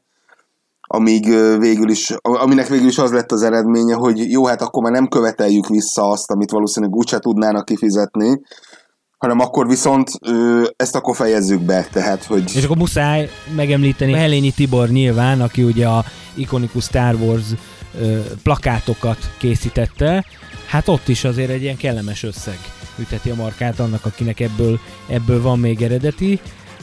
Speaker 3: aminek végül is az lett az eredménye, hogy jó, hát akkor már nem követeljük vissza azt, amit valószínűleg úgyse tudnának kifizetni, hanem akkor viszont ezt akkor fejezzük be, tehát, hogy...
Speaker 1: És akkor muszáj megemlíteni Helényi Tibor nyilván, aki ugye a ikonikus Star Wars plakátokat készítette, hát ott is azért egy ilyen kellemes összeg üteti a markát annak, akinek ebből van még eredeti.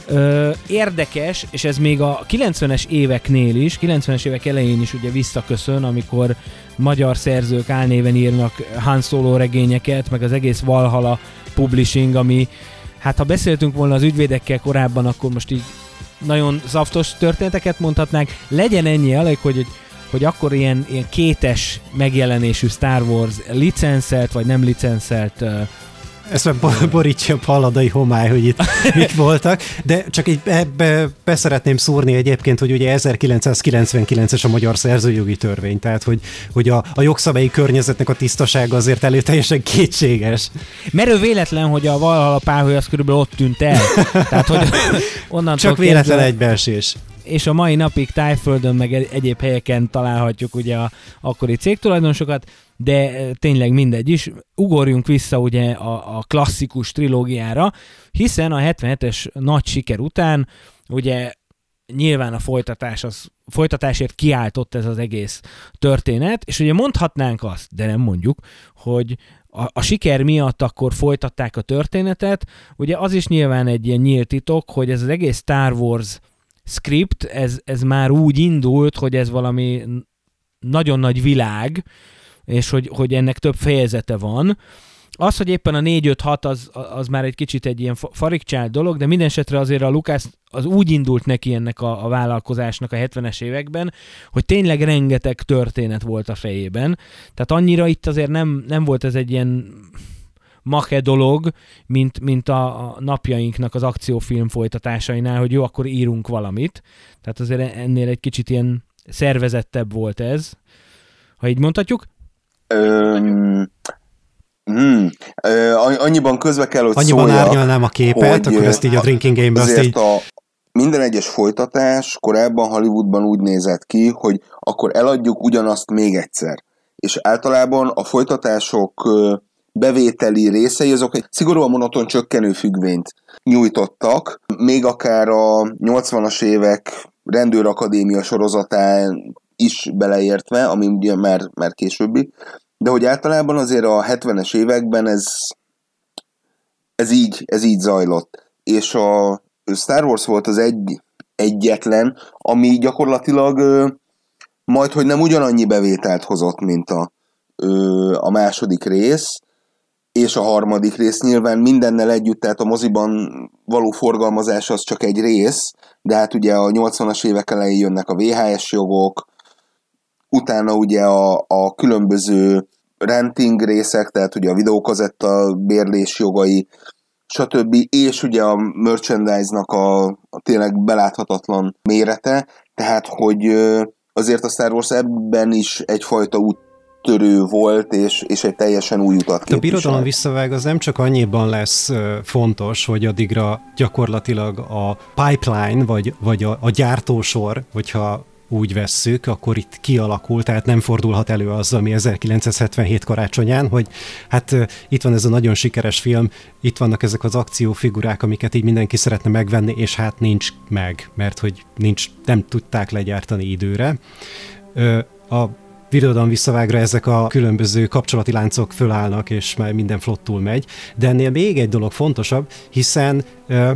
Speaker 1: Érdekes, és ez még a 90-es éveknél is, 90-es évek elején is ugye visszaköszön, amikor magyar szerzők álnéven írnak Han Solo regényeket, meg az egész Valhalla Publishing, ami, hát ha beszéltünk volna az ügyvédekkel korábban, akkor most így nagyon szaftos történeteket mondhatnánk. Legyen ennyi elég, hogy akkor ilyen kétes megjelenésű Star Wars licenszelt, vagy nem licenszelt
Speaker 4: ezt már borítja a palladai homály, hogy itt mik voltak, de csak így be szeretném szúrni egyébként, hogy ugye 1999-es a magyar szerzőjogi törvény, tehát hogy a jogszabályi környezetnek a tisztasága azért teljesen kétséges.
Speaker 1: Merő véletlen, hogy a Valhalla páholy az körülbelül ott tűnt el. Tehát, hogy onnantól
Speaker 4: csak véletlen egybeesés.
Speaker 1: És a mai napig Tájföldön, meg egyéb helyeken találhatjuk ugye a akkori cégtulajdonosokat, de tényleg mindegy is. Ugorjunk vissza ugye a klasszikus trilógiára, hiszen a 77-es nagy siker után ugye nyilván a folytatásért kiáltott ez az egész történet, és ugye mondhatnánk azt, de nem mondjuk, hogy a siker miatt akkor folytatták a történetet. Ugye az is nyilván egy ilyen nyílt titok, hogy ez az egész Star Wars script, ez már úgy indult, hogy ez valami nagyon nagy világ, és hogy ennek több fejezete van. Az, hogy éppen a 4-5-6 az már egy kicsit egy ilyen farigcsált dolog, de minden esetre azért a Lucas az úgy indult neki ennek a vállalkozásnak a 70-es években, hogy tényleg rengeteg történet volt a fejében. Tehát annyira itt azért nem volt ez egy ilyen mache dolog, mint a napjainknak az akciófilm folytatásainál, hogy jó, akkor írunk valamit. Tehát azért ennél egy kicsit ilyen szervezettebb volt ez, ha így mondhatjuk.
Speaker 3: Annyiban közbe kell, hogy
Speaker 4: annyiban árnyalnám a képet, akkor ezt így a Drinking Game-be azt így...
Speaker 3: Minden egyes folytatás korábban Hollywoodban úgy nézett ki, hogy akkor eladjuk ugyanazt még egyszer. És általában a folytatások bevételi részei, azok egy szigorúan monoton csökkenő függvényt nyújtottak, még akár a 80-as évek rendőrakadémia sorozatán is beleértve, ami ugye már későbbi, de hogy általában azért a 70-es években ez így zajlott. És a Star Wars volt az egyetlen, ami gyakorlatilag majdhogy nem ugyanannyi bevételt hozott, mint a második rész, és a harmadik rész nyilván mindennel együtt, tehát a moziban való forgalmazás az csak egy rész, de hát ugye a 80-as évek elején jönnek a VHS jogok, utána ugye a különböző renting részek, tehát ugye a videókazetta bérlés jogai, stb. És ugye a merchandise-nak a tényleg beláthatatlan mérete, tehát hogy azért a Star Wars ebben is egyfajta úttörő volt, és egy teljesen új utat képvisel.
Speaker 4: A birodalom visszavág az nem csak annyiban lesz fontos, hogy addigra gyakorlatilag a pipeline, vagy a gyártósor, hogyha úgy vesszük, akkor itt kialakul, tehát nem fordulhat elő az, ami 1977 karácsonyán, hogy hát itt van ez a nagyon sikeres film, itt vannak ezek az akciófigurák, amiket így mindenki szeretne megvenni, és hát nincs meg, mert hogy nem tudták legyártani időre. A birodalom visszavágra ezek a különböző kapcsolati láncok fölállnak, és már minden flottul megy, de ennél még egy dolog fontosabb, hiszen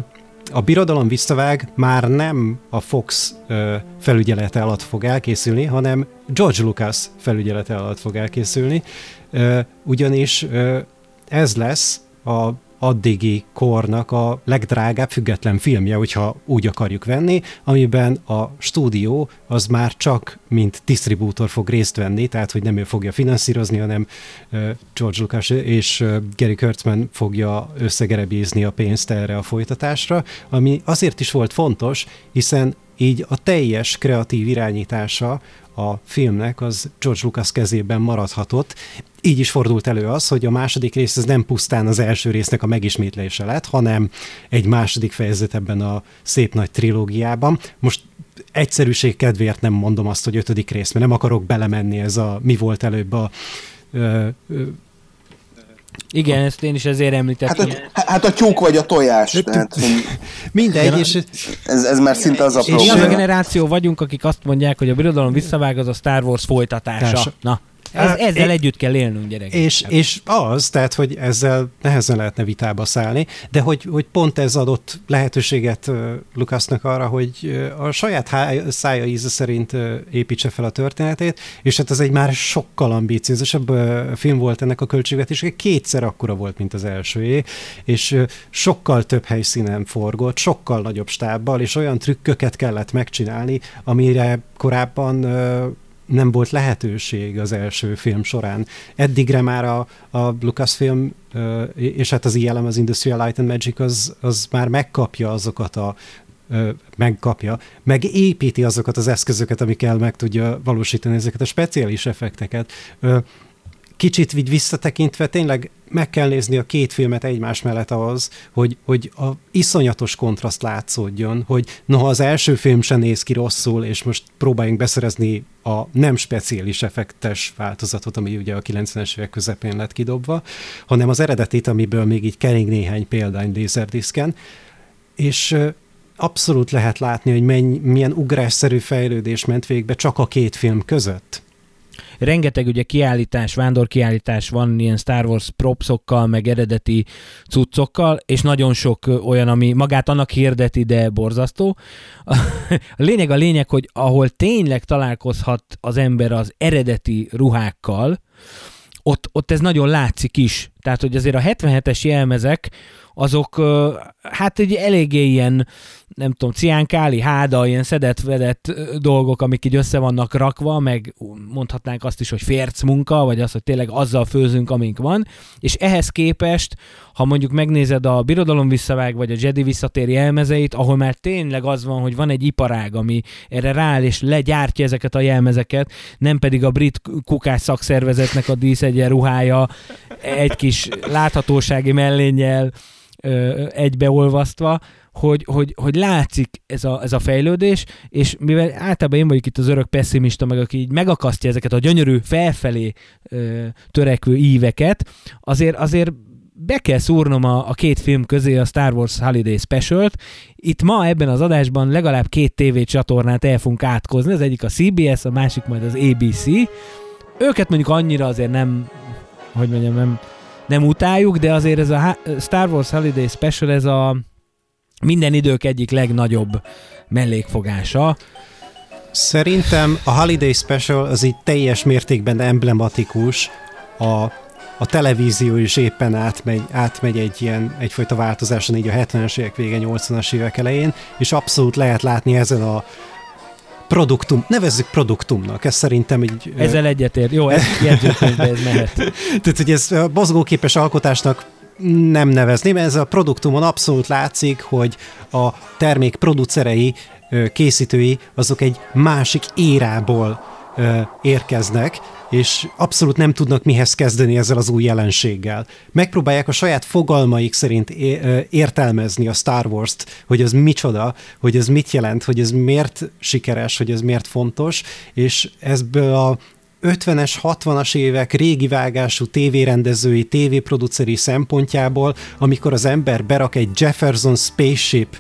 Speaker 4: A Birodalom visszavág már nem a Fox felügyelete alatt fog elkészülni, hanem George Lucas felügyelete alatt fog elkészülni, ugyanis ez lesz a addigi kornak a legdrágább független filmje, hogyha úgy akarjuk venni, amiben a stúdió az már csak mint disztribútor fog részt venni, tehát hogy nem ő fogja finanszírozni, hanem George Lucas és Gary Kurtzman fogja összegerebézni a pénzt erre a folytatásra, ami azért is volt fontos, hiszen így a teljes kreatív irányítása a filmnek az George Lucas kezében maradhatott. Így is fordult elő az, hogy a második rész ez nem pusztán az első résznek a megismétlése lett, hanem egy második fejezet ebben a szép nagy trilógiában. Most egyszerűség kedvéért nem mondom azt, hogy 5. rész, mert nem akarok belemenni ez a mi volt előbb a
Speaker 1: igen, ezt én is ezért említettem.
Speaker 3: Hát a tyúk vagy a tojás. Tehát,
Speaker 4: mindegy, és
Speaker 3: ez már szinte az a
Speaker 1: mi
Speaker 3: probléma.
Speaker 1: az a generáció vagyunk, akik azt mondják, hogy a Birodalom visszavág, az a Star Wars folytatása. Na, ezzel együtt kell élnünk, gyerekek.
Speaker 4: És az, tehát, hogy ezzel nehezen lehetne vitába szállni, de hogy pont ez adott lehetőséget Lucasnak arra, hogy a saját szája íze szerint építse fel a történetét, és hát ez egy már sokkal ambíciózusabb film volt ennek a költségvetése, 2-szer akkora volt, mint az elsőjé, és sokkal több helyszínen forgott, sokkal nagyobb stábbal, és olyan trükköket kellett megcsinálni, amire korábban nem volt lehetőség az első film során. Eddigre már a Lucasfilm, és hát az ILM, az Industrial Light and Magic, az már megkapja azokat megépíti azokat az eszközöket, amikkel meg tudja valósítani ezeket a speciális effekteket. Kicsit így visszatekintve tényleg meg kell nézni a két filmet egymás mellett ahhoz, hogy a iszonyatos kontraszt látszódjon, hogy noha az első film sem néz ki rosszul, és most próbáljunk beszerezni a nem speciális effektes változatot, ami ugye a 90-es évek közepén lett kidobva, hanem az eredetit, amiből még így kering néhány példány lézerdisken, és abszolút lehet látni, hogy milyen ugrásszerű fejlődés ment végbe csak a két film között.
Speaker 1: Rengeteg ugye kiállítás, vándorkiállítás van ilyen Star Wars propsokkal, meg eredeti cuccokkal, és nagyon sok olyan, ami magát annak hirdeti, de borzasztó. A lényeg, hogy ahol tényleg találkozhat az ember az eredeti ruhákkal, ott ez nagyon látszik is. Tehát, hogy azért a 77-es jelmezek, azok hát egy eléggé ilyen, nem tudom, ciánkáli, háda, ilyen szedett-vedett dolgok, amik így össze vannak rakva, meg mondhatnánk azt is, hogy férc munka, vagy az, hogy tényleg azzal főzünk, amink van, és ehhez képest, ha mondjuk megnézed a Birodalom visszavág, vagy a Jedi visszatér jelmezeit, ahol már tényleg az van, hogy van egy iparág, ami erre rááll és legyártja ezeket a jelmezeket, nem pedig a brit kukás szakszervezetnek a díszegyen ruhája egy kis láthatósági mellénnyel egybeolvasztva, hogy látszik ez a fejlődés, és mivel általában én vagyok itt az örök pessimista, meg aki így megakasztja ezeket a gyönyörű felfelé törekvő íveket, azért be kell szúrnom a két film közé a Star Wars Holiday Specialt. Itt ma ebben az adásban legalább 2 tévécsatornát el fogunk átkozni, az egyik a CBS, a másik majd az ABC. Őket mondjuk annyira azért nem, hogy mondjam, nem utáljuk, de azért ez a Star Wars Holiday Special, ez a minden idők egyik legnagyobb mellékfogása.
Speaker 4: Szerintem a Holiday Special az így teljes mértékben emblematikus, a televízió is éppen átmegy egyfajta változáson így a 70-es évek vége, 80-as évek elején, és abszolút lehet látni ezen a produktum, nevezzük produktumnak, ez szerintem így...
Speaker 1: Ezzel egyetért, jó, jegyzőkönyvbe ez mehet.
Speaker 4: Tehát, hogy ez mozgóképes alkotásnak nem nevezném, ez a produktumon abszolút látszik, hogy a termék producerei, készítői, azok egy másik érából érkeznek, és abszolút nem tudnak mihez kezdeni ezzel az új jelenséggel. Megpróbálják a saját fogalmaik szerint értelmezni a Star Wars-t, hogy ez micsoda, hogy ez mit jelent, hogy ez miért sikeres, hogy ez miért fontos, és ebből a 50-es, 60-as évek régi vágású tévérendezői, tévéproduceri szempontjából, amikor az ember berak egy Jefferson Spaceship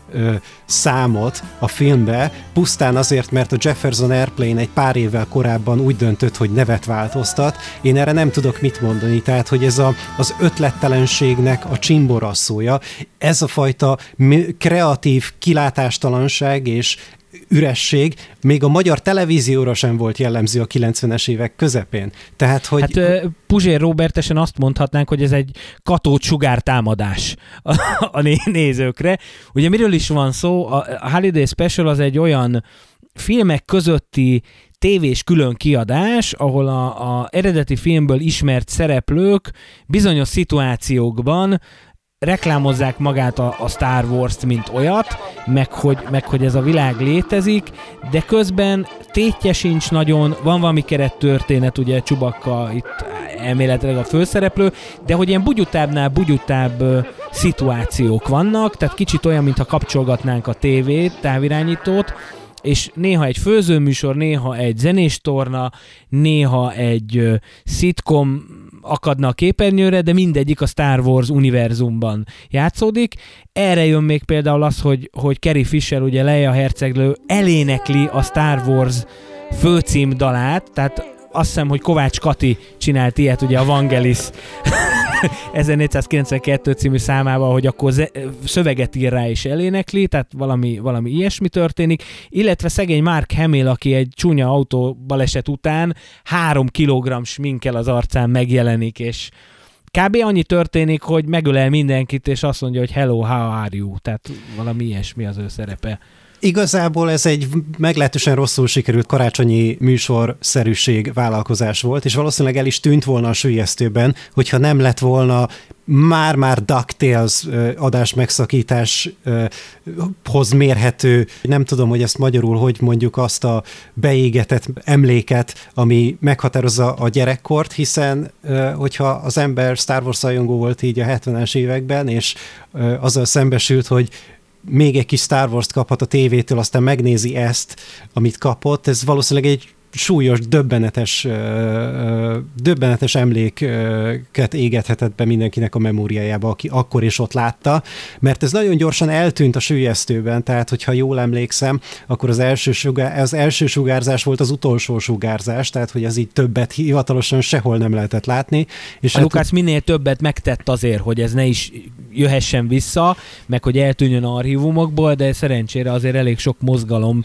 Speaker 4: számot a filmbe, pusztán azért, mert a Jefferson Airplane egy pár évvel korábban úgy döntött, hogy nevet változtat. Én erre nem tudok mit mondani, tehát, hogy ez az ötlettelenségnek a csimborasszója, ez a fajta kreatív kilátástalanság és üresség még a magyar televízióra sem volt jellemző a 90-es évek közepén. Tehát, hogy...
Speaker 1: Hát Puzsér Róbertesen azt mondhatnánk, hogy ez egy katódsugár támadás a nézőkre. Ugye miről is van szó? A Holiday Special az egy olyan filmek közötti tévés külön kiadás, ahol a eredeti filmből ismert szereplők bizonyos szituációkban reklámozzák magát a Star Wars-t, mint olyat, meg hogy ez a világ létezik, de közben tétje sincs nagyon, van valami kerettörténet, ugye Chewbacca itt elméletileg a főszereplő, de hogy ilyen bugyutábbnál bugyutább szituációk vannak, tehát kicsit olyan, mintha kapcsolgatnánk a tévét, távirányítót, és néha egy főzőműsor, néha egy zenéstorna, néha egy szitkom akadna a képernyőre, de mindegyik a Star Wars univerzumban játszódik. Erre jön még például az, hogy Carrie Fisher, ugye Leia herceglő elénekli a Star Wars főcím dalát, tehát azt hiszem, hogy Kovács Kati csinált ilyet, ugye a Vangelis 1492 című számával, hogy akkor szöveget ír rá és elénekli, tehát valami ilyesmi történik, illetve szegény Mark Hamill, aki egy csúnya autóbaleset után 3 kilogramm sminkkel az arcán megjelenik, és kb. Annyi történik, hogy megölel mindenkit, és azt mondja, hogy hello, how are you? Tehát valami ilyesmi az ő szerepe.
Speaker 4: Igazából ez egy meglehetősen rosszul sikerült karácsonyi műsorszerűség vállalkozás volt, és valószínűleg el is tűnt volna a süllyesztőben, hogyha nem lett volna már DuckTales adás megszakításhoz mérhető, nem tudom, hogy ezt magyarul hogy mondjuk, azt a beégetett emléket, ami meghatározza a gyerekkort, hiszen hogyha az ember Star Wars rajongó volt így a 70-es években, és azzal szembesült, hogy még egy kis Star Wars-t kaphat a tévétől, aztán megnézi ezt, amit kapott, ez valószínűleg egy súlyos, döbbenetes emléket égethetett be mindenkinek a memóriájába, aki akkor is ott látta, mert ez nagyon gyorsan eltűnt a süllyesztőben, tehát hogyha jól emlékszem, akkor az első sugárzás volt az utolsó sugárzás, tehát hogy az így többet hivatalosan sehol nem lehetett látni. És
Speaker 1: a Lucas minél többet megtett azért, hogy ez ne is jöhessen vissza, meg hogy eltűnjön archívumokból, de szerencsére azért elég sok mozgalom,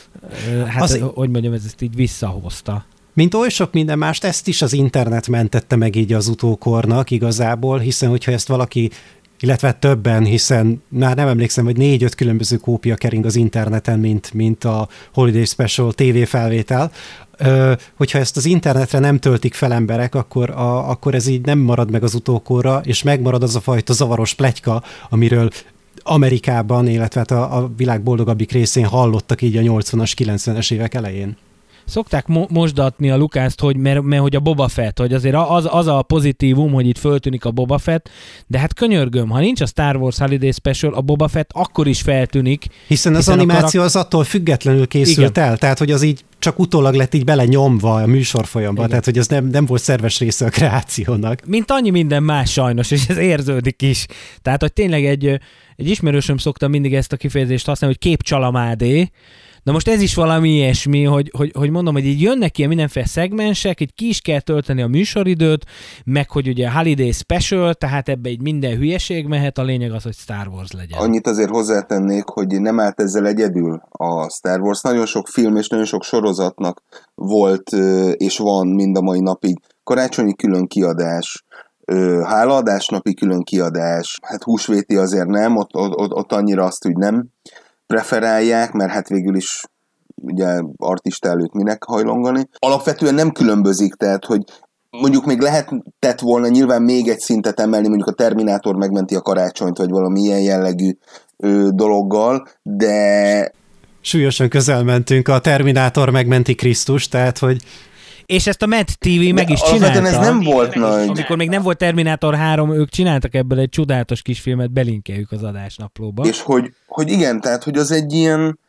Speaker 1: hogy mondjam, ezt így visszahozta.
Speaker 4: Mint oly sok minden mást, ezt is az internet mentette meg így az utókornak igazából, hiszen hogyha ezt valaki, illetve többen, hiszen már nem emlékszem, hogy 4-5 különböző kópia kering az interneten, mint a Holiday Special TV felvétel, hogyha ezt az internetre nem töltik fel emberek, akkor ez így nem marad meg az utókorra, és megmarad az a fajta zavaros pletyka, amiről Amerikában, illetve a világ boldogabbik részén hallottak így a 80-as, 90-es évek elején.
Speaker 1: Szokták mosdatni a Lucast, mert hogy a Boba Fett, hogy azért az a pozitívum, hogy itt föltűnik a Boba Fett, de hát könyörgöm, ha nincs a Star Wars Holiday Special, a Boba Fett akkor is feltűnik.
Speaker 4: Hiszen az animáció az attól függetlenül készült el, tehát hogy az így csak utólag lett így belenyomva a műsorfolyamba, tehát hogy az nem volt szerves része a kreációnak.
Speaker 1: Mint annyi minden más sajnos, és ez érződik is. Tehát, hogy tényleg egy ismerősöm szokta mindig ezt a kifejezést használni, hogy képcsalamádé. Na most ez is valami ilyesmi, hogy mondom, hogy így jönnek ilyen mindenféle szegmensek, így ki is kell tölteni a műsoridőt, meg hogy ugye a Holiday Special, tehát ebbe így minden hülyeség mehet, a lényeg az, hogy Star Wars legyen.
Speaker 3: Annyit azért hozzátennék, hogy nem állt ezzel egyedül a Star Wars. Nagyon sok film és nagyon sok sorozatnak volt és van mind a mai napig karácsonyi külön kiadás, hálaadás napi külön kiadás, hát húsvéti azért nem, ott annyira azt úgy nem preferálják, mert hát végül is ugye artista előtt minek hajlongani. Alapvetően nem különbözik, tehát hogy mondjuk még lehetett volna nyilván még egy szintet emelni, mondjuk a Terminátor megmenti a karácsonyt, vagy valami ilyen jellegű dologgal, de...
Speaker 4: Súlyosan közel mentünk, a Terminátor megmenti Krisztus, tehát hogy...
Speaker 1: És ezt a Mad TV meg is csinálta.
Speaker 3: Ez nem volt nagy.
Speaker 1: Amikor még nem volt Terminátor 3, ők csináltak ebből egy csodálatos kisfilmet, belinkeljük az adásnaplóba.
Speaker 3: És hogy igen, tehát hogy az egy ilyen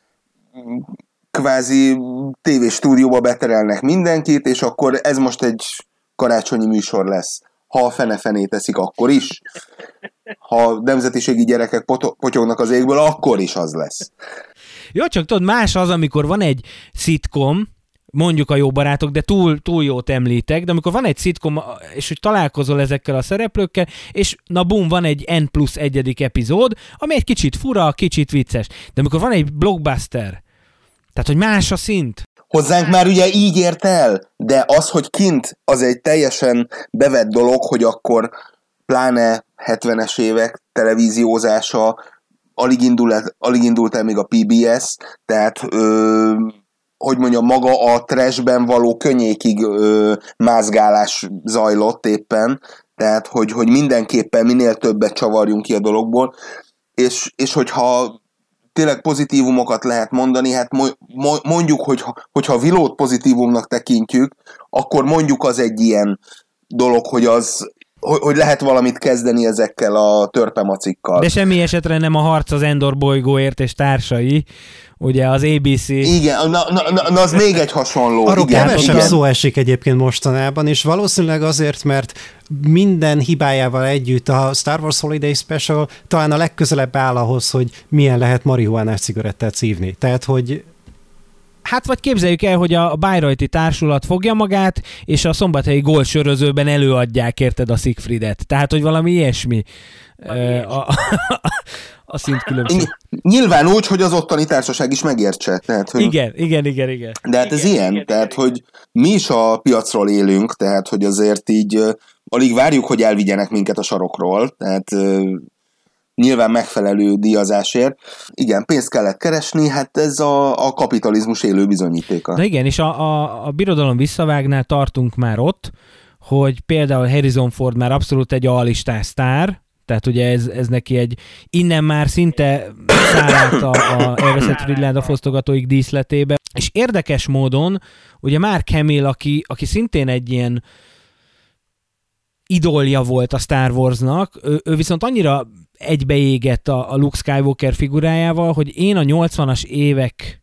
Speaker 3: kvázi tévéstúdióba beterelnek mindenkit, és akkor ez most egy karácsonyi műsor lesz. ha a fene-fenét teszik, akkor is. Ha nemzetiségi gyerekek potyognak az égből, akkor is az lesz.
Speaker 1: Jó, csak tudod, más az, amikor van egy szitkom, mondjuk a Jó barátok, de túl jót említek, de amikor van egy szitkom, és hogy találkozol ezekkel a szereplőkkel, és na bum, van egy N+1 epizód, ami egy kicsit fura, kicsit vicces. De amikor van egy blockbuster, tehát, hogy más a szint.
Speaker 3: Hozzánk már ugye így ért el, de az, hogy kint, az egy teljesen bevett dolog, hogy akkor pláne 70-es évek televíziózása, alig indult el még a PBS, tehát hogy mondjam, maga a trashben való könnyékig mázgálás zajlott éppen, tehát hogy mindenképpen minél többet csavarjunk ki a dologból, és hogyha tényleg pozitívumokat lehet mondani, hát mondjuk, hogyha Willow-t pozitívumnak tekintjük, akkor mondjuk az egy ilyen dolog, hogy lehet valamit kezdeni ezekkel a törpemacikkal.
Speaker 1: De semmi esetre nem a harc az Endor bolygóért és társai, ugye az ABC.
Speaker 3: Igen, na az még egy hasonló.
Speaker 4: Arról kevesebb szó
Speaker 3: igen.
Speaker 4: esik egyébként mostanában, és valószínűleg azért, mert minden hibájával együtt a Star Wars Holiday Special talán a legközelebb áll ahhoz, hogy milyen lehet marihuánás cigarettát szívni. Tehát, hogy
Speaker 1: hát vagy képzeljük el, hogy a Bayreuthi társulat fogja magát, és a szombathelyi gólsörözőben előadják, érted, a Siegfriedet. Tehát, hogy valami ilyesmi a szintkülönbség.
Speaker 3: Nyilván úgy, hogy az ottani társaság is megértse. Tehát, hogy...
Speaker 1: Igen.
Speaker 3: De hát ez ilyen, tehát, hogy mi is a piacról élünk, tehát, hogy azért így alig várjuk, hogy elvigyenek minket a sarokról, tehát nyilván megfelelő díjazásért. Igen, pénzt kellett keresni, hát ez a kapitalizmus élő bizonyítéka.
Speaker 1: De igen, és a birodalom visszavágnál tartunk már ott, hogy például Harrison Ford már abszolút egy A-listás sztár, tehát ugye ez neki egy, innen már szinte szállát a elveszett Ridley fosztogatóik díszletébe, és érdekes módon, ugye Mark Hamill, aki szintén egy ilyen idolja volt a Star Warsnak, ő viszont annyira egybeégett a Luke Skywalker figurájával, hogy én a 80-as évek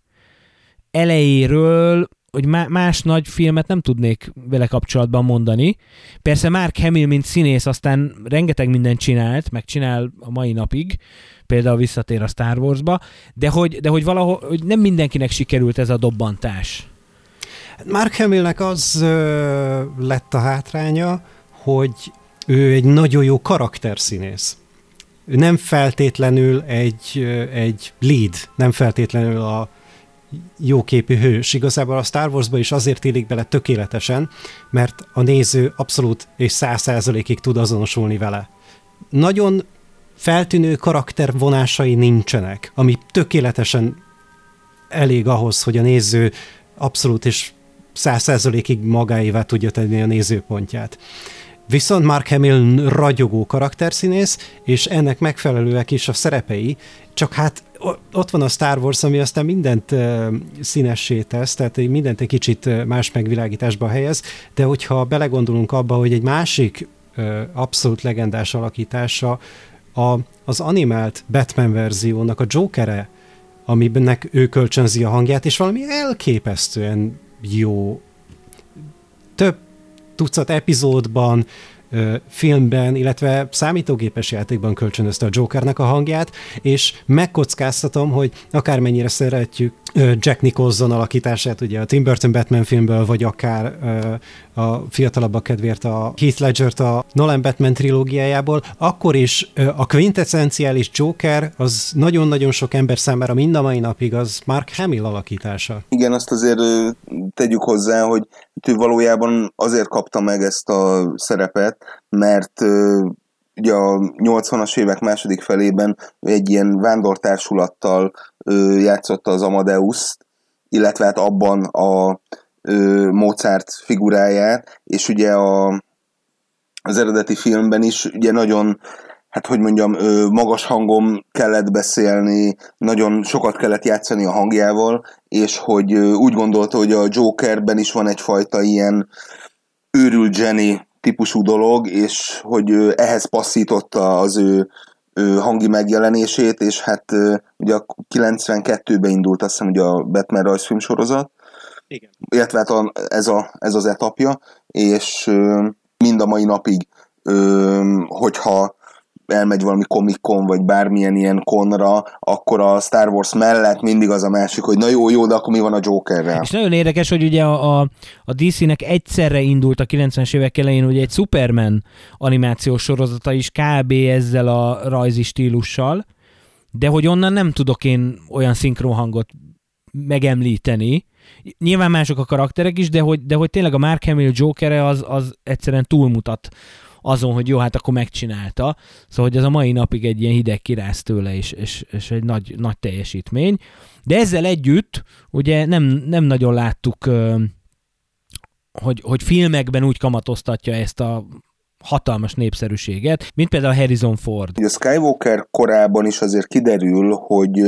Speaker 1: elejéről, hogy más nagy filmet nem tudnék vele kapcsolatban mondani. Persze Mark Hamill, mint színész, aztán rengeteg mindent csinált, meg csinál a mai napig, például visszatér a Star Warsba, de hogy valahol hogy nem mindenkinek sikerült ez a dobbantás.
Speaker 4: Mark Hamillnek az lett a hátránya, hogy ő egy nagyon jó karakterszínész. Ő nem feltétlenül egy lead, nem feltétlenül a jóképű hős. Igazából a Star Warsba is azért illik bele tökéletesen, mert a néző abszolút és 100%-ig tud azonosulni vele. Nagyon feltűnő karaktervonásai nincsenek, ami tökéletesen elég ahhoz, hogy a néző abszolút és 100%-ig magáévá tudja tenni a nézőpontját. Viszont Mark Hamill ragyogó karakterszínész, és ennek megfelelőek is a szerepei, csak hát ott van a Star Wars, ami aztán mindent színessé tesz, tehát mindent egy kicsit más megvilágításba helyez, de hogyha belegondolunk abba, hogy egy másik abszolút legendás alakítása az animált Batman verziónak a Jokere, amiben ő kölcsönzi a hangját, és valami elképesztően jó, több tucat epizódban, filmben, illetve számítógépes játékban kölcsönözte a Jokernek a hangját, és megkockáztatom, hogy akármennyire szeretjük Jack Nicholson alakítását, ugye a Tim Burton Batman filmből, vagy akár a fiatalabbak kedvéért a Heath Ledgert a Nolan Batman trilógiájából, akkor is a quintesszenciális Joker az nagyon-nagyon sok ember számára mind a mai napig az Mark Hamill alakítása.
Speaker 3: Igen, azt azért tegyük hozzá, hogy ő valójában azért kapta meg ezt a szerepet, mert ugye a 80-as évek második felében egy ilyen vándortársulattal játszotta az Amadeust, illetve hát abban a Mozart figuráját, és ugye az eredeti filmben is ugye nagyon, hát hogy mondjam, magas hangon kellett beszélni, nagyon sokat kellett játszani a hangjával, és hogy úgy gondolta, hogy a Jokerben is van egyfajta ilyen őrült Jenny típusú dolog, és hogy ehhez passzította az ő hangi megjelenését, és hát ugye a 92-ben indult azt hiszem, ugye a Batman rajzfilm sorozat, illetve hát ez az etapja, és mind a mai napig hogyha elmegy valami Comic-Con, vagy bármilyen ilyen konra, akkor a Star Wars mellett mindig az a másik, hogy na jó, de akkor mi van a Jokerrel?
Speaker 1: És nagyon érdekes, hogy ugye a DC-nek egyszerre indult a 90-es évek elején ugye egy Superman animációs sorozata is kb. Ezzel a rajzi stílussal, de hogy onnan nem tudok én olyan szinkronhangot megemlíteni. Nyilván mások a karakterek is, de hogy tényleg a Mark Hamill Jokere az egyszerűen túlmutat azon, hogy jó, hát akkor megcsinálta. Szóval, hogy ez a mai napig egy ilyen hideg kiráz tőle, és egy nagy teljesítmény. De ezzel együtt ugye nem nagyon láttuk, hogy filmekben úgy kamatoztatja ezt a hatalmas népszerűséget, mint például Harrison Ford.
Speaker 3: A Skywalker korában is azért kiderül, hogy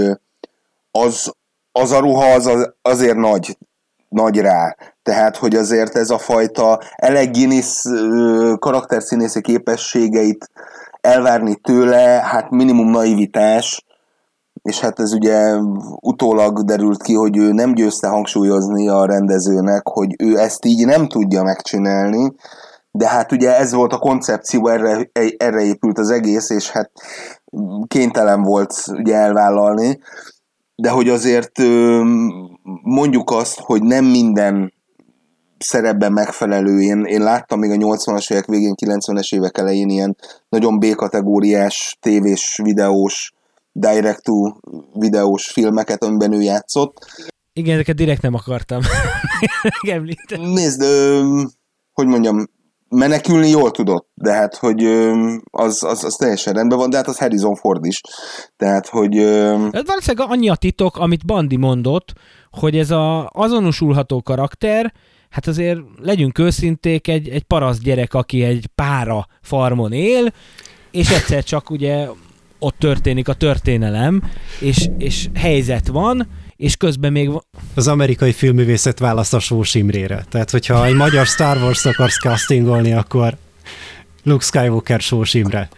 Speaker 3: az a ruha azért nagy rá. Tehát, hogy azért ez a fajta Alec Guinness karakterszínészi képességeit elvárni tőle, hát minimum naivitás, és hát ez ugye utólag derült ki, hogy ő nem győzte hangsúlyozni a rendezőnek, hogy ő ezt így nem tudja megcsinálni, de hát ugye ez volt a koncepció, erre épült az egész, és hát kénytelen volt ugye elvállalni, de hogy azért mondjuk azt, hogy nem minden szerepben megfelelő. Én láttam még a 80-as évek végén, 90-es évek elején ilyen nagyon B-kategóriás tévés videós, direct-to-videós filmeket, amiben ő játszott.
Speaker 1: Igen, ezeket direkt nem akartam megemlíteni.
Speaker 3: Nézd, hogy mondjam, menekülni jól tudott, de hát, hogy az teljesen rendben van, de hát az Harrison Ford is. Tehát, hogy...
Speaker 1: Valószínűleg annyi a titok, amit Bandi mondott, hogy ez az azonosulható karakter, hát azért legyünk őszinték, egy paraszt gyerek, aki egy pára farmon él, és egyszer csak ugye ott történik a történelem, és helyzet van, és közben még...
Speaker 4: Az amerikai filmművészet választ a Sós Imrére. Tehát, hogyha egy magyar Star Wars akarsz castingolni, akkor Luke Skywalker, Sós Imre.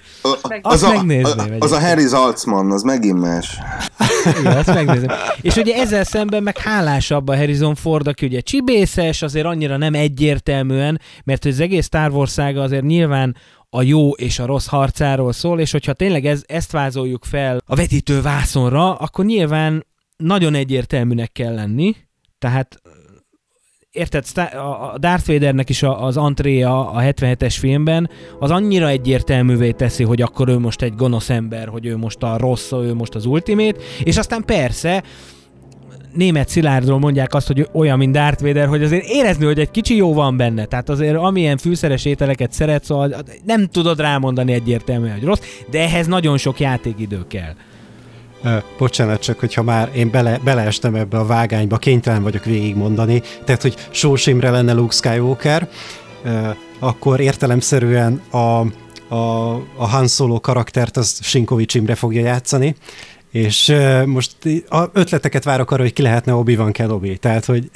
Speaker 3: Az a Harry Saltzman, az megint más.
Speaker 1: Igen, azt megnézem. És ugye ezzel szemben meg hálásabb a Harrison Ford, aki ugye csibészes, azért annyira nem egyértelműen, mert az egész Star Wars szága azért nyilván a jó és a rossz harcáról szól, és hogyha tényleg ezt vázoljuk fel a vetítő vászonra, akkor nyilván nagyon egyértelműnek kell lenni, tehát érted, a Darth Vadernek is az antréja a 77-es filmben az annyira egyértelművé teszi, hogy akkor ő most egy gonosz ember, hogy ő most a rossz, ő most az ultimate, és aztán persze Németh Szilárdról mondják azt, hogy olyan, mint Darth Vader, hogy azért érezni, hogy egy kicsi jó van benne. Tehát azért amilyen fűszeres ételeket szeret, szóval nem tudod rámondani egyértelműen, hogy rossz, de ehhez nagyon sok játékidő kell.
Speaker 4: Bocsánat, csak hogyha már én beleestem ebbe a vágányba, kénytelen vagyok végigmondani, tehát, hogy Sós Imre lenne Luke Skywalker, akkor értelemszerűen a Han Solo karaktert az Sinkovics Imre fogja játszani, és most ötleteket várok arra, hogy ki lehetne Obi-Wan Kenobi, tehát, hogy...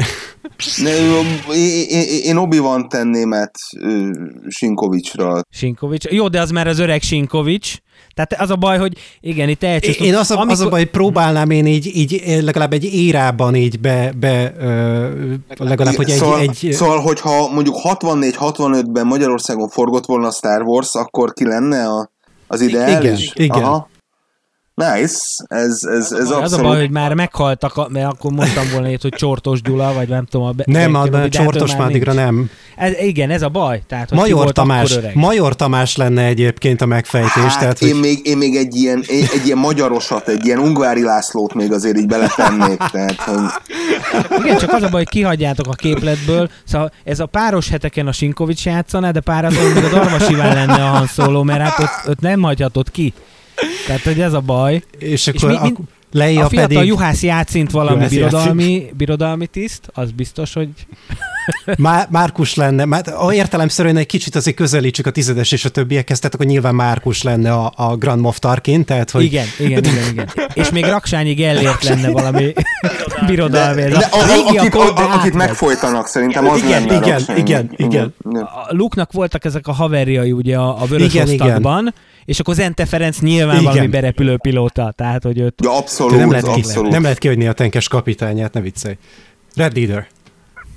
Speaker 3: Én Obi-Wan tenném át Sinkovicsra.
Speaker 1: Sinkovics? Jó, de az már az öreg Sinkovics. Tehát az a baj, hogy igen, itt elcsúsztunk.
Speaker 4: Én az a baj, hogy próbálnám én így legalább egy érában így legalább, hogy
Speaker 3: Szóval, hogyha mondjuk 64-65-ben Magyarországon forgott volna a Star Wars, akkor ki lenne az ideális?
Speaker 4: Igen.
Speaker 3: Aha. Nice, ez abszolút...
Speaker 1: Az a baj, hogy már meghaltak, mert akkor mondtam volna itt, hogy Csortos Gyula, vagy nem tudom.
Speaker 4: Nem, Csortos már addigra nem.
Speaker 1: Igen, ez a baj. Tehát, hogy
Speaker 4: Major Tamás lenne egyébként a megfejtés.
Speaker 3: Hát
Speaker 4: tehát,
Speaker 3: én még egy ilyen magyarosat, egy ilyen Ungvári Lászlót még azért így beletennék. Tehát, hogy...
Speaker 1: Igen, csak az a baj, hogy kihagyjátok a képletből. Szóval ez a páros heteken a Sinkovics játszaná, de páratlan még a Darvas Iván lenne a Han Solo, mert hát ott nem hagyhatod ki. Tehát, hogy ez a baj.
Speaker 4: És akkor
Speaker 1: a fiatal Juhász Játszint valami birodalmi tiszt, az biztos, hogy...
Speaker 4: Márkus lenne, értelemszerűen egy kicsit azért közelítsük a tizedes és a többiekhez, tehát akkor nyilván Márkus lenne a Grand Moff Tarkin, tehát hogy...
Speaker 1: Igen. És még Raksányi Gellért lenne valami birodalmi.
Speaker 3: Akit megfojtanak, szerintem az lenne
Speaker 4: Igen.
Speaker 1: A Luke-nak voltak ezek a haverjai ugye a Vörösosztagban, és akkor Zente Ferenc nyilván valami berepülő pilóta, tehát hogy őt...
Speaker 3: Ja, abszolút.
Speaker 4: Nem lehet kihagyni a tenkes kapitányát, ne viccelj. Red Leader.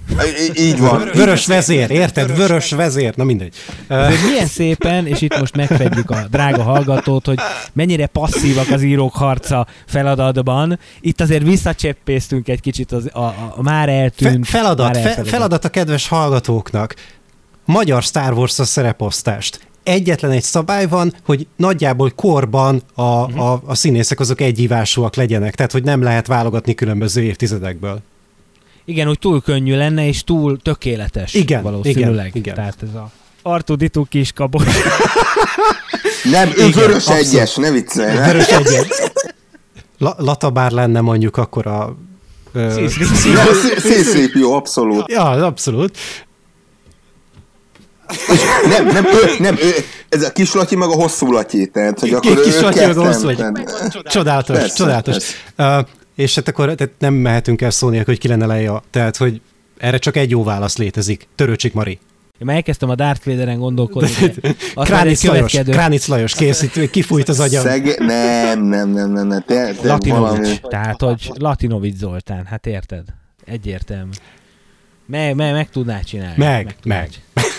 Speaker 3: Így van.
Speaker 4: Vörös vezér, érted? Vörös vezér, na mindegy.
Speaker 1: Milyen szépen, és itt most megfedjük a drága hallgatót, hogy mennyire passzívak az írók harca feladatban. Itt azért visszacseppéztünk egy kicsit a már eltűnt...
Speaker 4: Feladat a kedves hallgatóknak. Magyar Star Wars a szereposztást. Egyetlen egy szabály van, hogy nagyjából korban a színészek azok egyívásúak legyenek, tehát hogy nem lehet válogatni különböző évtizedekből.
Speaker 1: Igen, úgy túl könnyű lenne, és túl tökéletes.
Speaker 4: Igen,
Speaker 1: valószínűleg.
Speaker 4: igen.
Speaker 1: Tehát ez a Artuditu kiskabos.
Speaker 3: Nem, ő vörös egyes, ne viccelj.
Speaker 4: Vörös egyes. Latabár lenne mondjuk akkor a...
Speaker 3: C-3PO, abszolút.
Speaker 4: Ja, abszolút.
Speaker 3: Nem, ez a kis Latyi meg a hosszú Latyi, tehát, hogy akkor
Speaker 4: kis Latyi meg a hosszú
Speaker 3: Latyi.
Speaker 4: Csodálatos. És hát akkor tehát nem mehetünk el szó nélkül, hogy ki lenne Leia. Tehát, hogy erre csak egy jó válasz létezik. Törőcsik Mari.
Speaker 1: Én már elkezdtem a Darth Vaderen gondolkodni.
Speaker 4: Kránic Lajos készít, kifújt az agyam.
Speaker 3: Nem.
Speaker 1: Latinovics, tehát, hogy Latinovics Zoltán, hát érted? Egyértelmű. Meg tudná csinálni.
Speaker 4: Meg.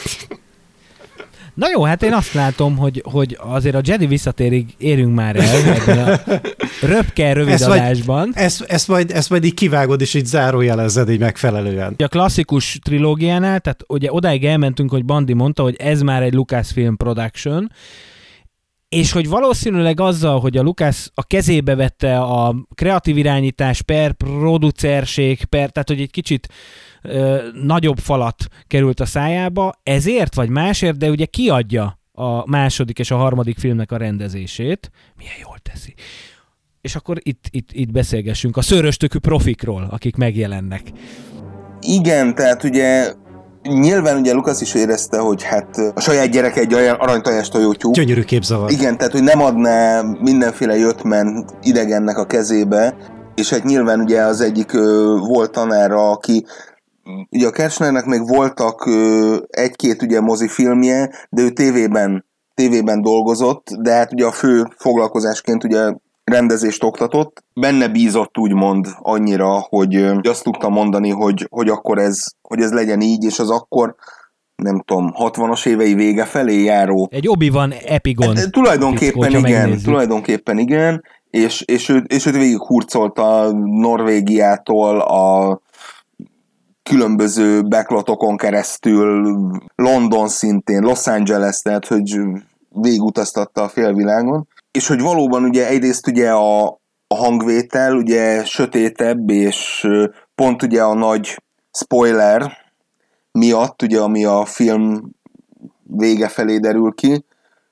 Speaker 1: Na jó, hát én azt látom, hogy azért a Jedi visszatérig érünk már el ebben a röpke rövid adásban.
Speaker 4: Ezt majd így kivágod, és így zárójelezed így megfelelően.
Speaker 1: A klasszikus trilógiánál, tehát ugye odáig elmentünk, hogy Bandi mondta, hogy ez már egy Lucasfilm production, és hogy valószínűleg azzal, hogy a Lucas a kezébe vette a kreatív irányítás per producerség, tehát hogy egy kicsit nagyobb falat került a szájába, ezért vagy másért, de ugye kiadja a második és a harmadik filmnek a rendezését. Milyen jól teszi. És akkor itt beszélgessünk a szőröstökű profikról, akik megjelennek.
Speaker 3: Igen, tehát ugye nyilván ugye Lucas is érezte, hogy hát a saját gyereke egy olyan aranytojás tojótyú.
Speaker 4: Gyönyörű képzavar.
Speaker 3: Igen, tehát hogy nem adná mindenféle jöttmen idegennek a kezébe, és hát nyilván ugye az egyik volt tanára, aki ugye a Kershnernek még voltak egy-két ugye mozifilmje, de ő tévében dolgozott, de hát ugye a fő foglalkozásként ugye rendezést oktatott. Benne bízott úgymond annyira, hogy azt tudta mondani, hogy akkor ez legyen így, és az akkor nem tudom, 60-as évei vége felé járó.
Speaker 1: Egy Obi-Wan Epigon.
Speaker 3: Tulajdonképpen igen, és őt végig hurcolta Norvégiától a különböző backlotokon keresztül, London szintén, Los Angeles, tehát hogy végigutaztatta a félvilágon. És hogy valóban ugye egyrészt ugye a hangvétel ugye sötétebb, és pont ugye a nagy spoiler miatt, ugye ami a film vége felé derül ki,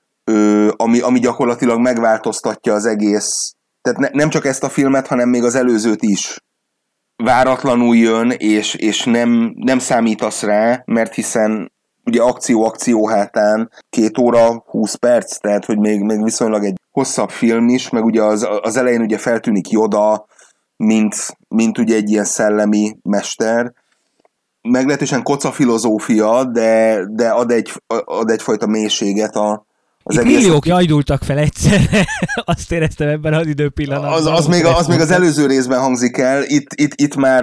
Speaker 3: ami gyakorlatilag megváltoztatja az egész, tehát nem csak ezt a filmet, hanem még az előzőt is. Váratlanul jön, és nem számítasz rá, mert hiszen ugye akció hátán 2 óra 20 perc, tehát hogy még viszonylag egy hosszabb film is, meg ugye az elején ugye feltűnik Yoda, mint ugye egy ilyen szellemi mester. Meglehetősen koca filozófia, de ad egyfajta mélységet az egész.
Speaker 1: Milliók jajdultak fel egyszerre, azt éreztem ebben az időpillanatban.
Speaker 3: Az még az előző részben hangzik el, itt már